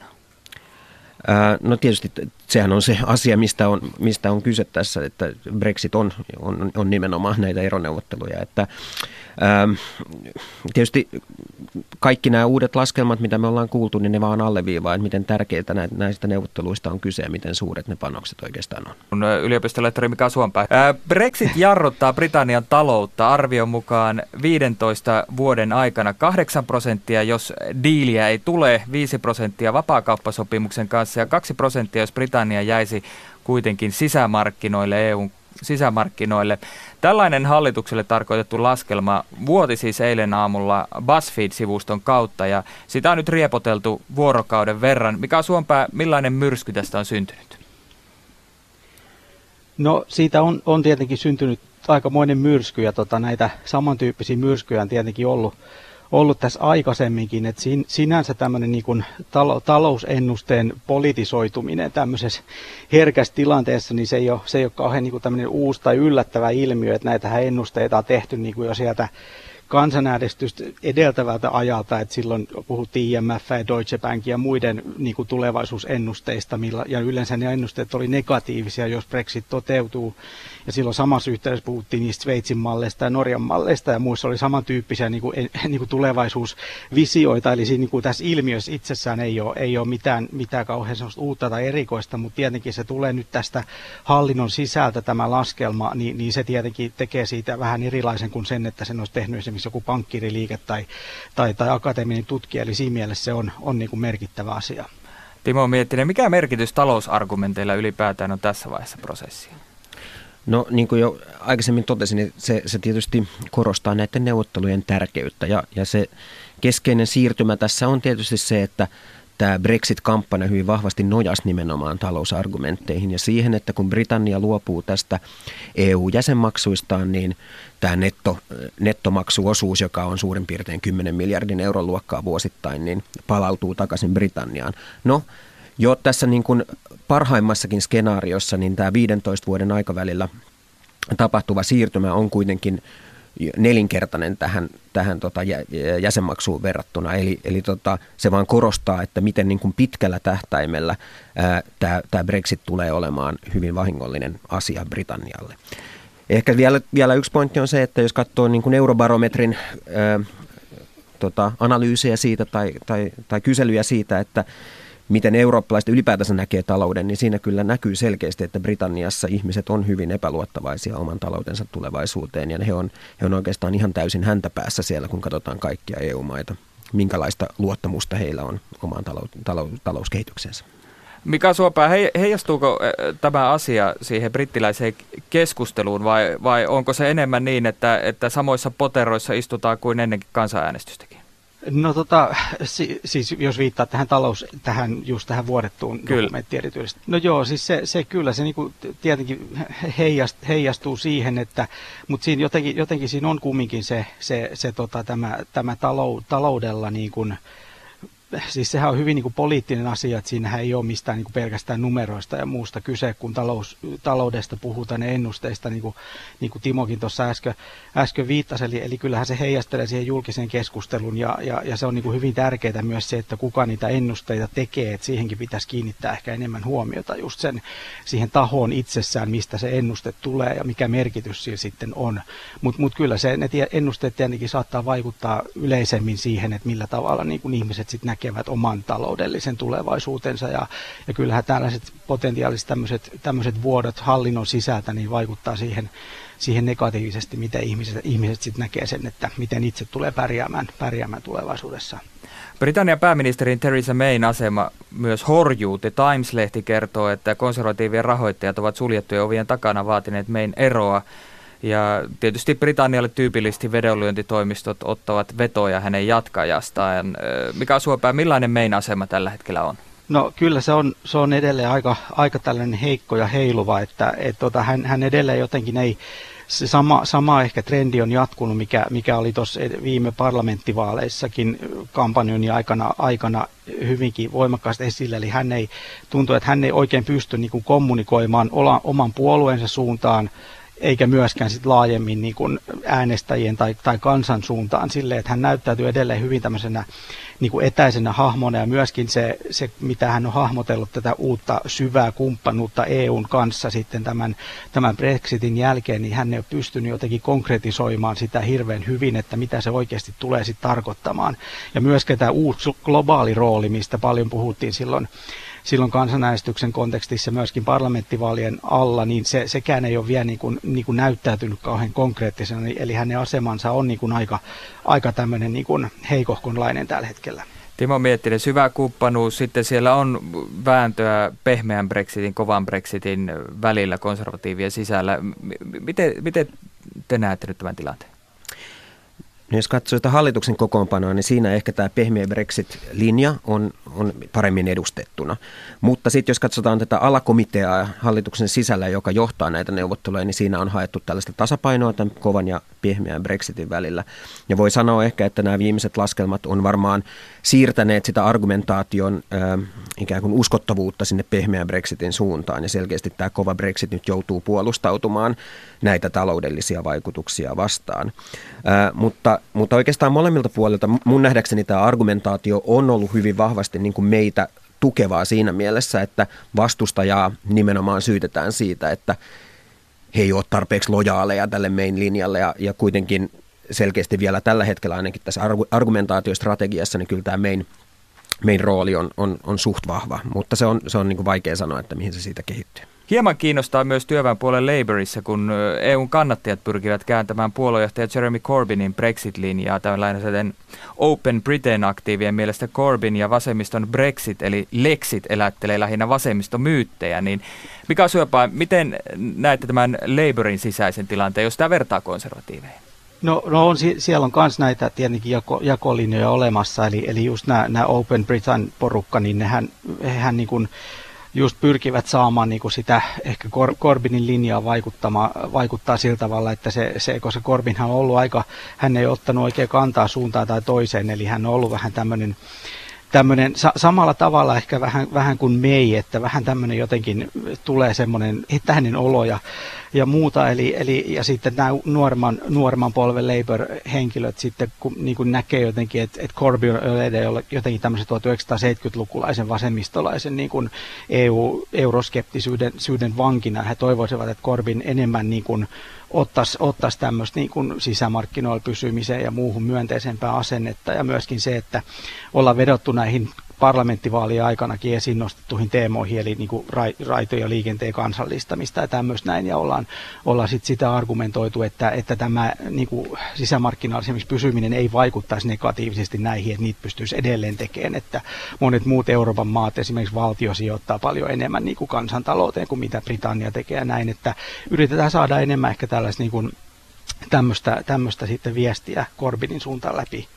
No tietysti sehän on se asia, mistä on, mistä on kyse tässä, että Brexit on, on, on nimenomaan näitä eroneuvotteluja. Että, ää, tietysti kaikki nämä uudet laskelmat, mitä me ollaan kuultu, niin ne vaan alleviivaa, että miten tärkeitä näistä neuvotteluista on kyse ja miten suuret ne panokset oikeastaan on. Yliopistolehtori Mika Suompää. Ää, Brexit jarruttaa Britannian taloutta arvion mukaan viidentoista vuoden aikana kahdeksan prosenttia, jos diiliä ei tule, viisi prosenttia vapaakauppasopimuksen kanssa ja kaksi prosenttia, jos Britannia jäisi kuitenkin sisämarkkinoille, E U:n sisämarkkinoille. Tällainen hallitukselle tarkoitettu laskelma vuoti siis eilen aamulla BuzzFeed-sivuston kautta ja sitä on nyt riepoteltu vuorokauden verran. Mika Suompää, millainen myrsky tästä on syntynyt? No siitä on, on tietenkin syntynyt aikamoinen myrsky ja tota, näitä samantyyppisiä myrskyjä on tietenkin ollut. ollut tässä aikaisemminkin, että sin, sinänsä tämmöinen niin kuin tal- talousennusteen politisoituminen tämmöisessä herkässä tilanteessa, niin se ei ole, se ei ole kauhean niin kuin tämmöinen uusi tai yllättävä ilmiö, että näitähän ennusteita on tehty niin kuin jo sieltä kansanäänestystä edeltävältä ajalta, että silloin puhuttiin I M F ja Deutsche Bank ja muiden niin kuin tulevaisuusennusteista, millä, ja yleensä ne ennusteet oli negatiivisia, jos Brexit toteutuu. Ja silloin samassa yhteydessä puhuttiin niistä Sveitsin malleista ja Norjan malleista, ja muissa oli samantyyppisiä niin kuin, niin kuin tulevaisuusvisioita, eli siinä, niin kuin tässä ilmiössä itsessään ei ole, ei ole mitään, mitään kauhean uutta tai erikoista, mutta tietenkin se tulee nyt tästä hallinnon sisältä tämä laskelma, niin, niin se tietenkin tekee siitä vähän erilaisen kuin sen, että sen olisi tehnyt esimerkiksi joku pankkiriliike tai, tai, tai akateeminen tutkija, eli siinä mielessä se on, on niin kuin merkittävä asia. Timo Miettinen, mikä merkitys talousargumenteilla ylipäätään on tässä vaiheessa prosessia? No niin kuin jo aikaisemmin totesin, niin se, se tietysti korostaa näiden neuvottelujen tärkeyttä ja, ja se keskeinen siirtymä tässä on tietysti se, että tämä Brexit-kampanja hyvin vahvasti nojasi nimenomaan talousargumentteihin ja siihen, että kun Britannia luopuu tästä E U-jäsenmaksuistaan, niin tämä netto, nettomaksuosuus, joka on suurin piirtein kymmenen miljardin euron luokkaa vuosittain, niin palautuu takaisin Britanniaan. No, jo tässä niin kuin parhaimmassakin skenaariossa, niin tämä viidentoista vuoden aikavälillä tapahtuva siirtymä on kuitenkin nelinkertainen tähän, tähän tota jäsenmaksuun verrattuna. Eli, eli tota, se vaan korostaa, että miten niin kuin pitkällä tähtäimellä ää, tämä, tämä Brexit tulee olemaan hyvin vahingollinen asia Britannialle. Ehkä vielä, vielä yksi pointti on se, että jos katsoo niin kuin Eurobarometrin ää, tota, analyysiä siitä tai, tai, tai kyselyjä siitä, että miten eurooppalaiset ylipäätänsä näkee talouden, niin siinä kyllä näkyy selkeästi, että Britanniassa ihmiset on hyvin epäluottavaisia oman taloutensa tulevaisuuteen, ja he on, he on oikeastaan ihan täysin häntäpäässä siellä, kun katsotaan kaikkia E U-maita, minkälaista luottamusta heillä on omaan talou- talou- talouskehityksensä. Mika Suopää, heijastuuko tämä asia siihen brittiläiseen keskusteluun, vai, vai onko se enemmän niin, että, että samoissa poteroissa istutaan kuin ennenkin kansanäänestystäkin? No tota, si, siis jos viittaa tähän talous, tähän just tähän vuodettuun dokumenttiin erityisesti. No joo, siis se, se kyllä, se niinku tietenkin heijast, heijastuu siihen, että, mutta siinä jotenkin, jotenkin siinä on kumminkin se, se, se tota, tämä, tämä talou, taloudella niin kuin, siis sehän on hyvin niin kuin poliittinen asia, että siinähän ei ole mistään niin kuin pelkästään numeroista ja muusta kyse, kun talous, taloudesta puhutaan ja ennusteista, niin kuin, niin kuin Timokin tuossa äsken, äsken viittasi, eli, eli kyllähän se heijastelee siihen julkiseen keskusteluun, ja, ja, ja se on niin kuin hyvin tärkeää myös se, että kuka niitä ennusteita tekee, että siihenkin pitäisi kiinnittää ehkä enemmän huomiota just sen, siihen tahoon itsessään, mistä se ennuste tulee ja mikä merkitys sillä sitten on, mutta mut kyllä se, ne ennusteet tietenkin saattaa vaikuttaa yleisemmin siihen, että millä tavalla niin kuin ihmiset sitten näkevät oman taloudellisen tulevaisuutensa, ja, ja kyllähän tällaiset potentiaaliset tämmöiset, tämmöiset vuodot hallinnon sisältä niin vaikuttaa siihen, siihen negatiivisesti, miten ihmiset, ihmiset sitten näkee sen, että miten itse tulee pärjäämään, pärjäämään tulevaisuudessa. Britannian pääministerin Theresa Mayn asema myös horjuu. The Times-lehti kertoo, että konservatiivien rahoittajat ovat suljettujen ovien takana vaatineet Mayn eroa. Ja tietysti Britannialle tyypillisesti vedonlyöntitoimistot ottavat vetoja hänen jatkajastaan. Mika Suopää, millainen Mayn asema tällä hetkellä on? No kyllä se on, se on edelleen aika, aika tällainen heikko ja heiluva, että et, tota, hän, hän edelleen jotenkin ei, se sama, sama ehkä trendi on jatkunut, mikä, mikä oli tuossa viime parlamenttivaaleissakin kampanjoinnin aikana, aikana hyvinkin voimakkaasti esillä, eli hän ei, tuntuu, että hän ei oikein pysty niin kuin kommunikoimaan ola, oman puolueensa suuntaan, eikä myöskään sit laajemmin niin kuin äänestäjien tai, tai kansan suuntaan silleen, että hän näyttäytyy edelleen hyvin tämmöisenä niin kuin etäisenä hahmona, ja myöskin se, se, mitä hän on hahmotellut tätä uutta syvää kumppanuutta E U:n kanssa sitten tämän, tämän Brexitin jälkeen, niin hän ei ole pystynyt jotenkin konkretisoimaan sitä hirveän hyvin, että mitä se oikeasti tulee sitten tarkoittamaan. Ja myöskin tämä uusi globaali rooli, mistä paljon puhuttiin silloin, silloin kansanäänestyksen kontekstissa myöskin parlamenttivaalien alla, niin se, sekään ei ole vielä niin kuin, niin kuin näyttäytynyt kauhean konkreettisena, eli hänen asemansa on niin kuin aika, aika tämmöinen niin kuin heikohkonlainen tällä hetkellä. Timo Miettinen, syvä kumppanuus, sitten siellä on vääntöä pehmeän Brexitin, kovan Brexitin välillä konservatiivien sisällä. Miten, miten te näette nyt tämän tilanteen? No jos katsoo sitä hallituksen kokoonpanoa, niin siinä ehkä tämä pehmeä Brexit-linja on, on paremmin edustettuna. Mutta sitten jos katsotaan tätä alakomiteaa hallituksen sisällä, joka johtaa näitä neuvotteluja, niin siinä on haettu tällaista tasapainoa tämän kovan ja pehmeän Brexitin välillä. Ja voi sanoa ehkä, että nämä viimeiset laskelmat on varmaan siirtäneet sitä argumentaation äh, ikään kuin uskottavuutta sinne pehmeän Brexitin suuntaan. Ja selkeästi tämä kova Brexit nyt joutuu puolustautumaan näitä taloudellisia vaikutuksia vastaan. Äh, mutta Mutta, mutta oikeastaan molemmilta puolilta mun nähdäkseni tämä argumentaatio on ollut hyvin vahvasti niin kuin meitä tukevaa siinä mielessä, että vastustajaa nimenomaan syytetään siitä, että he ei ole tarpeeksi lojaaleja tälle main linjalle ja, ja kuitenkin selkeästi vielä tällä hetkellä ainakin tässä argumentaatiostrategiassa, niin kyllä tämä main, main rooli on, on, on suht vahva, mutta se on, se on niin kuin vaikea sanoa, että mihin se siitä kehittyy. Hieman kiinnostaa myös työväenpuolen Labourissa, kun E U:n kannattajat pyrkivät kääntämään puoluejohtaja Jeremy Corbynin Brexit-linjaa. Tällainen Open Britain-aktiivien mielestä Corbyn ja vasemmiston Brexit eli Lexit elättelee lähinnä vasemmistomyyttejä. Niin Mika Syöpää, miten näette tämän Labourin sisäisen tilanteen, jos tämä vertaa konservatiiveihin? No, no on, siellä on myös näitä tietenkin jako, jakolinjoja olemassa, eli, eli just nämä, nämä Open Britain-porukka, niin nehän, hehän niin kuin just pyrkivät saamaan niin kuin sitä ehkä Corbynin linjaa vaikuttaa sillä tavalla, että se, se, koska Corbynhan on ollut aika, hän ei ottanut oikein kantaa suuntaan tai toiseen, eli hän on ollut vähän tämmöinen Tämmöinen sa- samalla tavalla ehkä vähän, vähän kuin May, että vähän tämmöinen jotenkin tulee semmoinen etäinen olo ja, ja muuta, eli, eli ja sitten nämä nuoremman, nuoremman polven Labour-henkilöt sitten kun, niin kuin näkee jotenkin, että, että Corbyn on jotenkin tämmöisen tuhatyhdeksänsataaseitsemänkymmentälukulaisen vasemmistolaisen niin kuin E U-euroskeptisyyden syyden vankina. He toivoisivat, että Corbyn enemmän niin kuin ottaisi, ottaisi tämmöistä niin kuin sisämarkkinoilla pysymiseen ja muuhun myönteisempää asennetta ja myöskin se, että ollaan vedottu näihin parlamenttivaalien aikanakin esiin nostettuihin teemoihin, eli niin kuin raito- ja liikenteen kansallistamista ja tämmöistä näin, ja ollaan, ollaan sit sitä argumentoitu, että, että tämä niin kuin sisämarkkinaalisemmiksi pysyminen ei vaikuttaisi negatiivisesti näihin, että niitä pystyisi edelleen tekemään, että monet muut Euroopan maat, esimerkiksi valtio sijoittaa paljon enemmän niin kuin kansantalouteen kuin mitä Britannia tekee näin, että yritetään saada enemmän ehkä tällaista niin kuin tämmöistä, tämmöistä sitten viestiä Corbynin suuntaan läpi.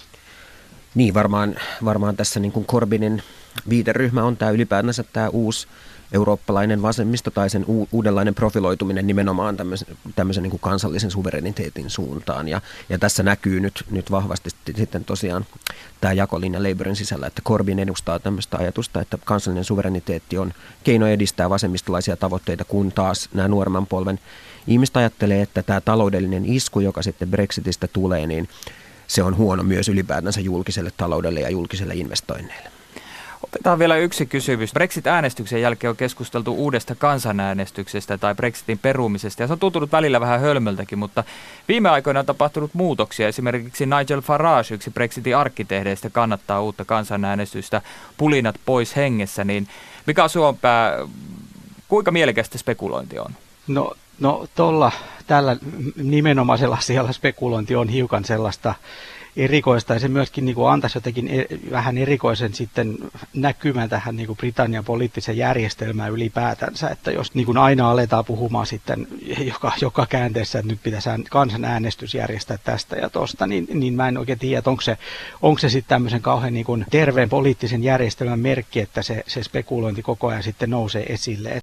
Niin, varmaan, varmaan tässä niin kuin Corbynin viiteryhmä on tämä ylipäätänsä tämä uusi eurooppalainen vasemmisto tai sen u- uudenlainen profiloituminen nimenomaan tämmöisen, tämmöisen niin kuin kansallisen suvereniteetin suuntaan. Ja, ja tässä näkyy nyt, nyt vahvasti sitten tosiaan tämä jakolinja Labourin sisällä, että Corbyn edustaa tämmöistä ajatusta, että kansallinen suvereniteetti on keino edistää vasemmistolaisia tavoitteita, kun taas nämä nuoremman polven ihmiset ajattelee, että tämä taloudellinen isku, joka sitten Brexitistä tulee, niin se on huono myös ylipäätänsä julkiselle taloudelle ja julkiselle investoinneille. Otetaan vielä yksi kysymys. Brexit-äänestyksen jälkeen on keskusteltu uudesta kansanäänestyksestä tai Brexitin perumisesta, ja se on tuntunut välillä vähän hölmöltäkin, mutta viime aikoina on tapahtunut muutoksia. Esimerkiksi Nigel Farage, yksi Brexitin arkkitehdeistä, kannattaa uutta kansanäänestystä, pulinat pois hengessä. Niin Mika Suompää, kuinka mielekästä spekulointi on? No, no tuolla tällä nimenomaisella asialla spekulointi on hiukan sellaista erikoista, ja se myöskin niin kuin antaisi jotenkin er, vähän erikoisen sitten näkymän tähän niin kuin Britannian poliittiseen järjestelmään ylipäätänsä, että jos niin kuin aina aletaan puhumaan sitten joka, joka käänteessä, että nyt pitäisi kansanäänestys järjestää tästä ja tosta, niin, niin mä en oikein tiedä, että onko se, onko se sitten tämmöisen kauhean niin kuin terveen poliittisen järjestelmän merkki, että se, se spekulointi koko ajan sitten nousee esille.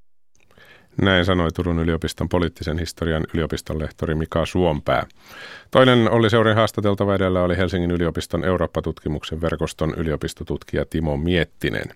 Näin sanoi Turun yliopiston poliittisen historian yliopiston lehtori Mika Suompää. Toinen Olli Seurin haastateltava edellä oli Helsingin yliopiston Eurooppa-tutkimuksen verkoston yliopistotutkija Timo Miettinen.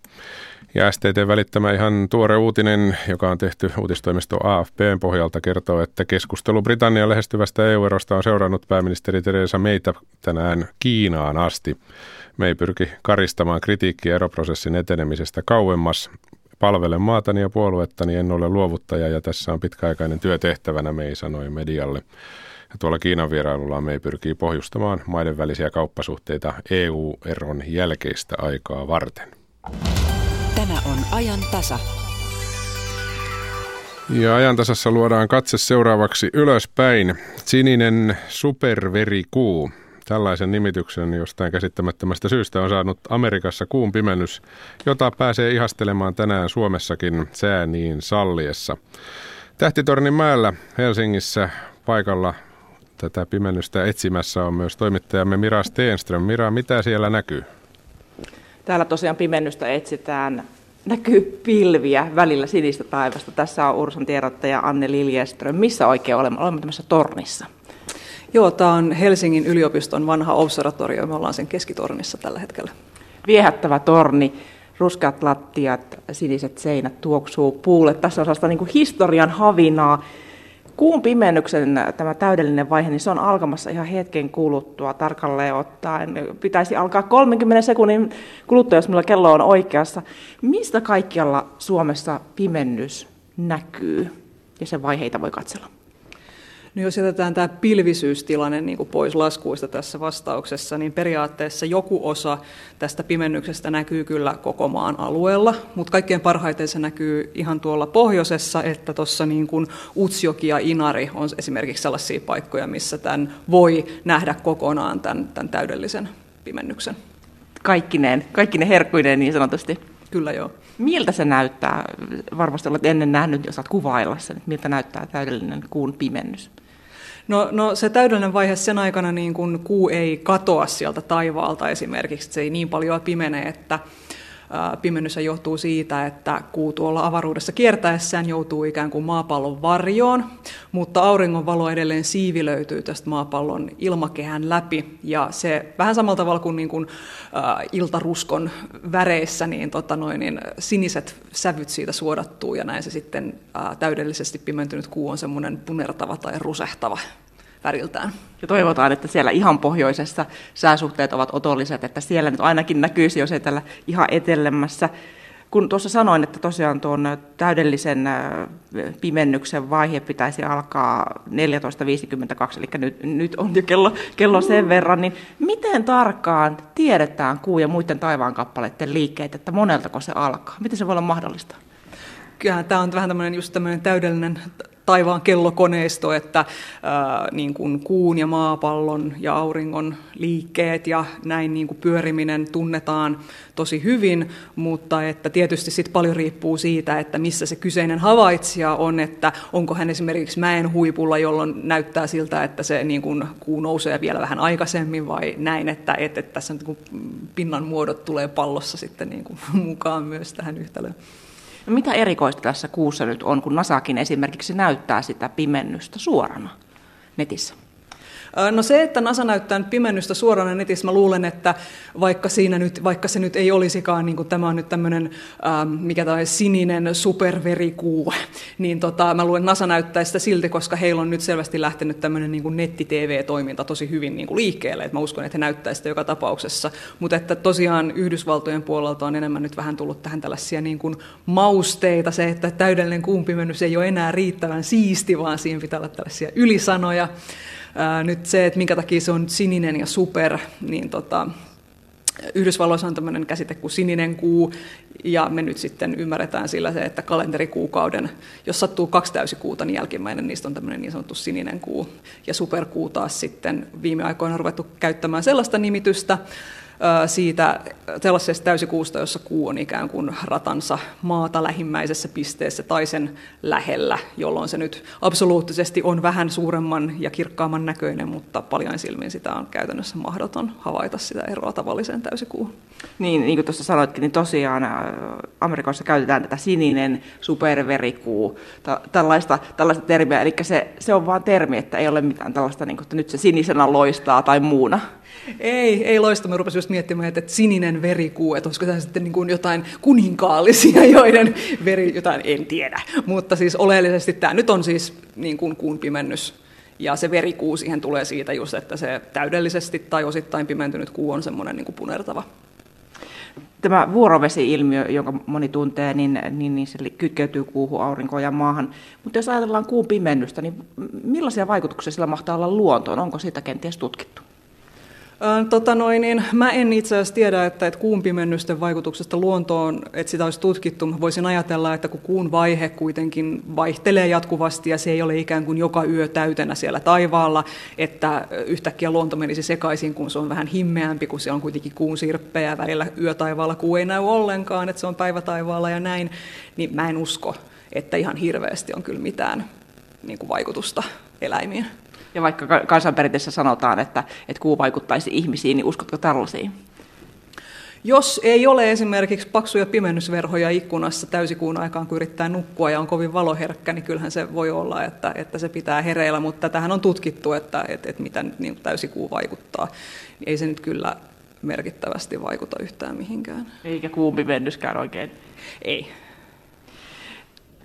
Ja S T T välittämä ihan tuore uutinen, joka on tehty uutistoimisto A F P:n pohjalta, kertoo, että keskustelu Britannian lähestyvästä E U-erosta on seurannut pääministeri Theresa Maytä tänään Kiinaan asti. May pyrki karistamaan kritiikkiä eroprosessin etenemisestä kauemmas. Palvelen maatani ja puoluettani, en ole luovuttaja ja tässä on pitkäaikainen työtehtävänä, May sanoi medialle. Ja tuolla Kiinan vierailulla May pyrkii pohjustamaan maiden välisiä kauppasuhteita E U-eron jälkeistä aikaa varten. Tämä on ajan tasa. Ja ajantasassa luodaan katse seuraavaksi ylöspäin. Sininen superverikuu. Tällaisen nimityksen jostain käsittämättömästä syystä on saanut Amerikassa kuun pimennys, jota pääsee ihastelemaan tänään Suomessakin sää niin salliessa. Tähtitornin mäellä Helsingissä paikalla tätä pimennystä etsimässä on myös toimittajamme Mira Stenström. Mira, mitä siellä näkyy? Täällä tosiaan pimennystä etsitään. Näkyy pilviä, välillä sinistä taivasta. Tässä on Ursan tiedottaja Anne Liljeström. Missä oikein olemme? Olemme tämmöisessä tornissa. Joo, tämä on Helsingin yliopiston vanha observatorio. Me ollaan sen keskitornissa tällä hetkellä. Viehättävä torni, ruskeat lattiat, siniset seinät, tuoksuu puulle. Tässä on sellaista niin kuin historian havinaa. Kuun pimennyksen tämä täydellinen vaihe, niin se on alkamassa ihan hetken kuluttua tarkalleen ottaen. Pitäisi alkaa kolmenkymmenen sekunnin kuluttua, jos meillä kello on oikeassa. Mistä kaikkialla Suomessa pimennys näkyy ja sen vaiheita voi katsella? No jos jätetään tämä pilvisyystilanne niin kuin pois laskuista tässä vastauksessa, niin periaatteessa joku osa tästä pimennyksestä näkyy kyllä koko maan alueella, mutta kaikkein parhaiten se näkyy ihan tuolla pohjoisessa, että tuossa niin kuin Utsjoki ja Inari on esimerkiksi sellaisia paikkoja, missä tämän voi nähdä kokonaan tämän, tämän täydellisen pimennyksen. Kaikkineen, kaikkineen herkkuineen niin sanotusti. Kyllä joo. Miltä se näyttää? Varmasti olet ennen nähnyt, jos olet kuvailla sen, että miltä näyttää täydellinen kuun pimennys? No, no se täydellinen vaihe sen aikana, niin kun kuu ei katoa sieltä taivaalta esimerkiksi, se ei niin paljon pimene, että ää, pimennys johtuu siitä, että kuu tuolla avaruudessa kiertäessään joutuu ikään kuin maapallon varjoon, mutta auringon valo edelleen siivilöityy tästä maapallon ilmakehän läpi, ja se vähän samalla tavalla kuin, niin kuin ää, iltaruskon väreissä, niin, tota noin, niin siniset sävyt siitä suodattuu, ja näin se sitten ää, täydellisesti pimentynyt kuu on semmoinen punertava tai rusehtava väriltään. Ja toivotaan, että siellä ihan pohjoisessa sääsuhteet ovat otolliset, että siellä nyt ainakin näkyisi, jos ei tällä ihan etelämässä. Kun tuossa sanoin, että tosiaan tuon täydellisen pimennyksen vaihe pitäisi alkaa neljätoista viisikymmentäkaksi, eli nyt, nyt on jo kello, kello sen verran, niin miten tarkkaan tiedetään kuu ja muiden taivaankappaleiden liikkeet, että moneltako se alkaa? Miten se voi olla mahdollista? Kyllähän tämä on vähän tämmöinen, just tämmöinen täydellinen taivaan kellokoneisto, että ää, niin kuin kuun ja maapallon ja auringon liikkeet ja näin niin kuin pyöriminen tunnetaan tosi hyvin, mutta että tietysti sit paljon riippuu siitä, että missä se kyseinen havaitsija on, että onko hän esimerkiksi mäen huipulla, jolloin näyttää siltä, että se niin kuin kuu nousee vielä vähän aikaisemmin, vai näin, että, että tässä niin kuin pinnan muodot tulee pallossa sitten niin kuin mukaan myös tähän yhtälöön. No mitä erikoista tässä kuussa nyt on, kun NASAkin esimerkiksi näyttää sitä pimennystä suorana netissä? No se, että NASA näyttää nyt pimennystä suorana netissä, mä luulen, että vaikka, siinä nyt, vaikka se nyt ei olisikaan, niin kuin tämä on nyt tämmöinen, ähm, mikä tämä sininen superverikuu, niin tota, mä luulen, että NASA näyttää sitä silti, koska heillä on nyt selvästi lähtenyt tämmöinen niin kuin netti-T V-toiminta tosi hyvin niin kuin liikkeelle, että mä uskon, että he näyttää sitä joka tapauksessa, mutta että tosiaan Yhdysvaltojen puolelta on enemmän nyt vähän tullut tähän tällaisia niin kuin mausteita, se, että täydellinen kuun pimennys ei ole enää riittävän siisti, vaan siinä pitää olla tällaisia ylisanoja. Ää, nyt se, että minkä takia se on sininen ja super, niin tota, Yhdysvalloissa on tämmöinen käsite kuin sininen kuu, ja me nyt sitten ymmärretään sillä se, että kalenterikuukauden, jos sattuu kaksi täysikuuta, niin jälkimmäinen niistä on tämmöinen niin sanottu sininen kuu, ja superkuu taas sitten viime aikoina on ruvettu käyttämään sellaista nimitystä, siitä sellaisesta täysikuusta, jossa kuu on ikään kuin ratansa maata lähimmäisessä pisteessä tai sen lähellä, jolloin se nyt absoluuttisesti on vähän suuremman ja kirkkaamman näköinen, mutta paljain silmin sitä on käytännössä mahdoton havaita sitä eroa tavalliseen täysikuuhun. Niin, niin kuin tuossa sanoitkin, niin tosiaan Amerikassa käytetään tätä sininen superverikuu, tällaista, tällaista termiä, eli se, se on vain termi, että ei ole mitään tällaista, niin kuin, että nyt se sinisenä loistaa tai muuna. Ei, ei loista. Mä rupesin just miettimään, että sininen verikuu, että olisiko tämä sitten niin kuin jotain kuninkaallisia, joiden veri, jotain en tiedä. Mutta siis oleellisesti tämä nyt on siis niin kuin kuun pimennys. Ja se verikuu siihen tulee siitä just, että se täydellisesti tai osittain pimentynyt kuu on semmoinen niin kuin punertava. Tämä vuorovesi-ilmiö, jonka moni tuntee, niin, niin, niin se kytkeytyy kuuhun, aurinkoon ja maahan. Mutta jos ajatellaan kuun pimennystä, niin millaisia vaikutuksia sillä mahtaa olla luontoon? Onko sitä kenties tutkittu? Tota noin, niin mä en itse asiassa tiedä, että, että kuun pimennysten vaikutuksesta luontoon, että sitä olisi tutkittu. Mä voisin ajatella, että kun kuun vaihe kuitenkin vaihtelee jatkuvasti ja se ei ole ikään kuin joka yö täytenä siellä taivaalla, että yhtäkkiä luonto menisi sekaisin, kun se on vähän himmeämpi, kun se on kuitenkin kuun sirppejä ja välillä yötaivaalla kuu ei näy ollenkaan, että se on päivätaivaalla ja näin, niin mä en usko, että ihan hirveästi on kyllä mitään niin kuin vaikutusta eläimiin. Ja vaikka kansanperinteessä sanotaan, että, että kuu vaikuttaisi ihmisiin, niin uskotko tällaisiin? Jos ei ole esimerkiksi paksuja pimennysverhoja ikkunassa täysikuun aikaan, kun yrittää nukkua ja on kovin valoherkkä, niin kyllähän se voi olla, että, että se pitää hereillä, mutta tätähän on tutkittu, että, että, että mitä niin täysikuu vaikuttaa. Ei se nyt kyllä merkittävästi vaikuta yhtään mihinkään. Eikä kuun pimennyskään oikein? Ei.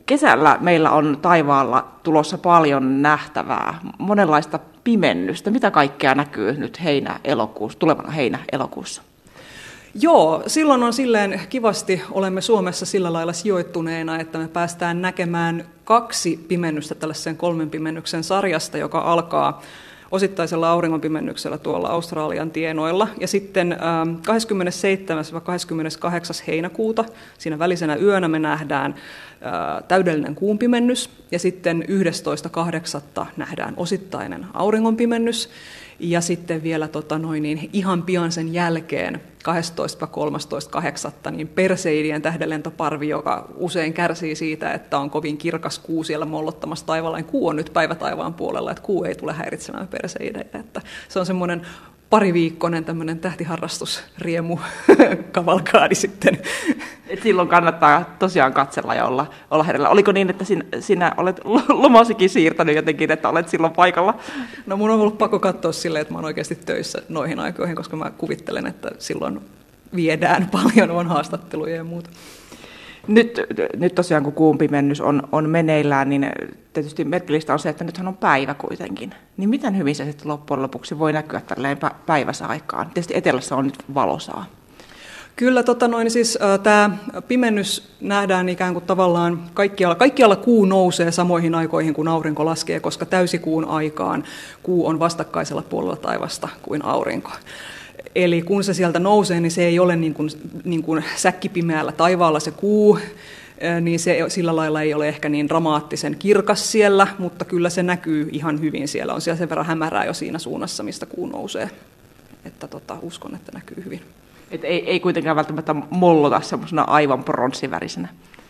Kesällä meillä on taivaalla tulossa paljon nähtävää, monenlaista pimennystä. Mitä kaikkea näkyy nyt heinä-elokuussa, tulevana heinä-elokuussa? Joo, silloin on silleen kivasti, olemme Suomessa sillä lailla sijoittuneena, että me päästään näkemään kaksi pimennystä tällaisen kolmen pimennyksen sarjasta, joka alkaa osittaisella auringonpimennyksellä tuolla Australian tienoilla. Ja sitten kahdeskymmenesseitsemäs kahdeskymmeneskahdeksas heinäkuuta, siinä välisenä yönä me nähdään täydellinen kuun pimennys, ja sitten yhdestoista kahdeksatta nähdään osittainen auringonpimennys, ja sitten vielä tota noin, niin ihan pian sen jälkeen kahdestoista kolmastoista kahdeksatta niin Perseidien tähdenlentoparvi, joka usein kärsii siitä, että on kovin kirkas kuu siellä mollottamassa taivaalla, niin kuu on nyt päivätaivaan puolella, että kuu ei tule häiritsemään Perseidejä, että se on semmoinen pariviikkoinen tämmöinen tähtiharrastusriemu kavalkaadi sitten. Et silloin kannattaa tosiaan katsella ja olla, olla hereillä. Oliko niin, että sinä, sinä olet lomasikin siirtänyt jotenkin, että olet silloin paikalla? No mun on ollut pakko katsoa silleen, että mä oon oikeasti töissä noihin aikoihin, koska mä kuvittelen, että silloin viedään paljon, on haastatteluja ja muuta. Nyt, nyt tosiaan kun kuun pimennys on, on meneillään, niin tietysti merkillistä on se, että nythän on päivä kuitenkin. Niin miten hyvin se sitten loppujen lopuksi voi näkyä tälleen päiväsaikaan? Tietysti etelässä on nyt valosaa. Kyllä, tota noin, siis äh, tämä pimennys nähdään ikään kuin tavallaan kaikkialla, kaikkialla kuu nousee samoihin aikoihin, kun aurinko laskee, koska täysikuun aikaan kuu on vastakkaisella puolella taivasta kuin aurinko. Eli kun se sieltä nousee, niin se ei ole niin kuin, niin kuin säkkipimeällä taivaalla se kuu, niin se sillä lailla ei ole ehkä niin dramaattisen kirkas siellä, mutta kyllä se näkyy ihan hyvin siellä. On siellä sen verran hämärää jo siinä suunnassa, mistä kuu nousee. Että tota, uskon, että näkyy hyvin. Et ei, ei kuitenkaan välttämättä mollota semmoisena aivan pronssivärisenä.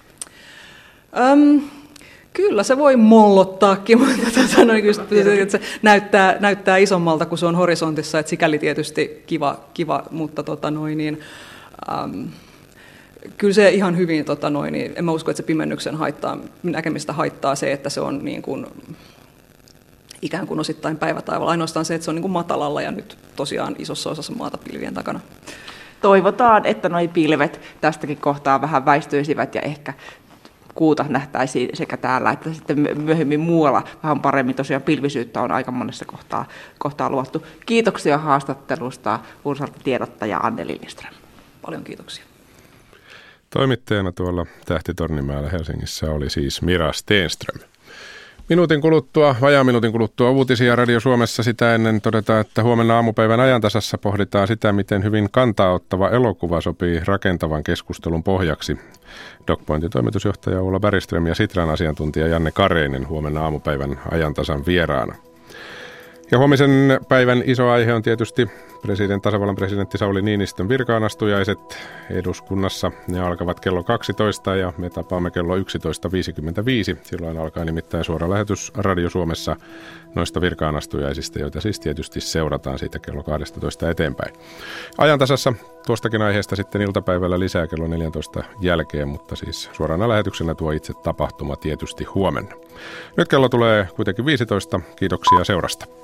Öm, kyllä se voi mollottaakin, mutta sanoin kyllä, että se näyttää, näyttää isommalta, kun se on horisontissa, että sikäli tietysti kiva, kiva mutta tota noin, niin, äm, kyllä se ihan hyvin, tota noin, niin, en mä usko, että se pimennyksen haittaa, näkemistä haittaa se, että se on niin kuin, ikään kuin osittain päivätaivaalla. Ainoastaan se, että se on niin kuin matalalla ja nyt tosiaan isossa osassa maata pilvien takana. Toivotaan, että nuo pilvet tästäkin kohtaa vähän väistyisivät ja ehkä kuuta nähtäisiin sekä täällä että sitten myöhemmin muualla vähän paremmin. Tosiaan pilvisyyttä on aika monessa kohtaa, kohtaa luvattu. Kiitoksia haastattelusta Ursalta tiedottaja Anneli Lindström. Paljon kiitoksia. Toimittajana tuolla Tähtitornimäellä Helsingissä oli siis Mira Stenström. Minuutin kuluttua, vajaa minuutin kuluttua uutisia Radio Suomessa. Sitä ennen todetaan, että huomenna aamupäivän ajantasassa pohditaan sitä, miten hyvin kantaa ottava elokuva sopii rakentavan keskustelun pohjaksi. DocPointin toimitusjohtaja Ulla Bergström ja Sitran asiantuntija Janne Kareinen huomenna aamupäivän ajantasan vieraana. Ja huomisen päivän iso aihe on tietysti president, tasavallan presidentti Sauli Niinistön virkaanastujaiset eduskunnassa. Ne alkavat kello kaksitoista ja me tapaamme kello yksitoista viisikymmentäviisi. Silloin alkaa nimittäin suora lähetys Radio Suomessa noista virkaanastujaisista, joita siis tietysti seurataan siitä kello kaksitoista eteenpäin. Ajantasassa tuostakin aiheesta sitten iltapäivällä lisää kello neljätoista jälkeen, mutta siis suorana lähetyksenä tuo itse tapahtuma tietysti huomenna. Nyt kello tulee kuitenkin viisitoista. Kiitoksia seurasta.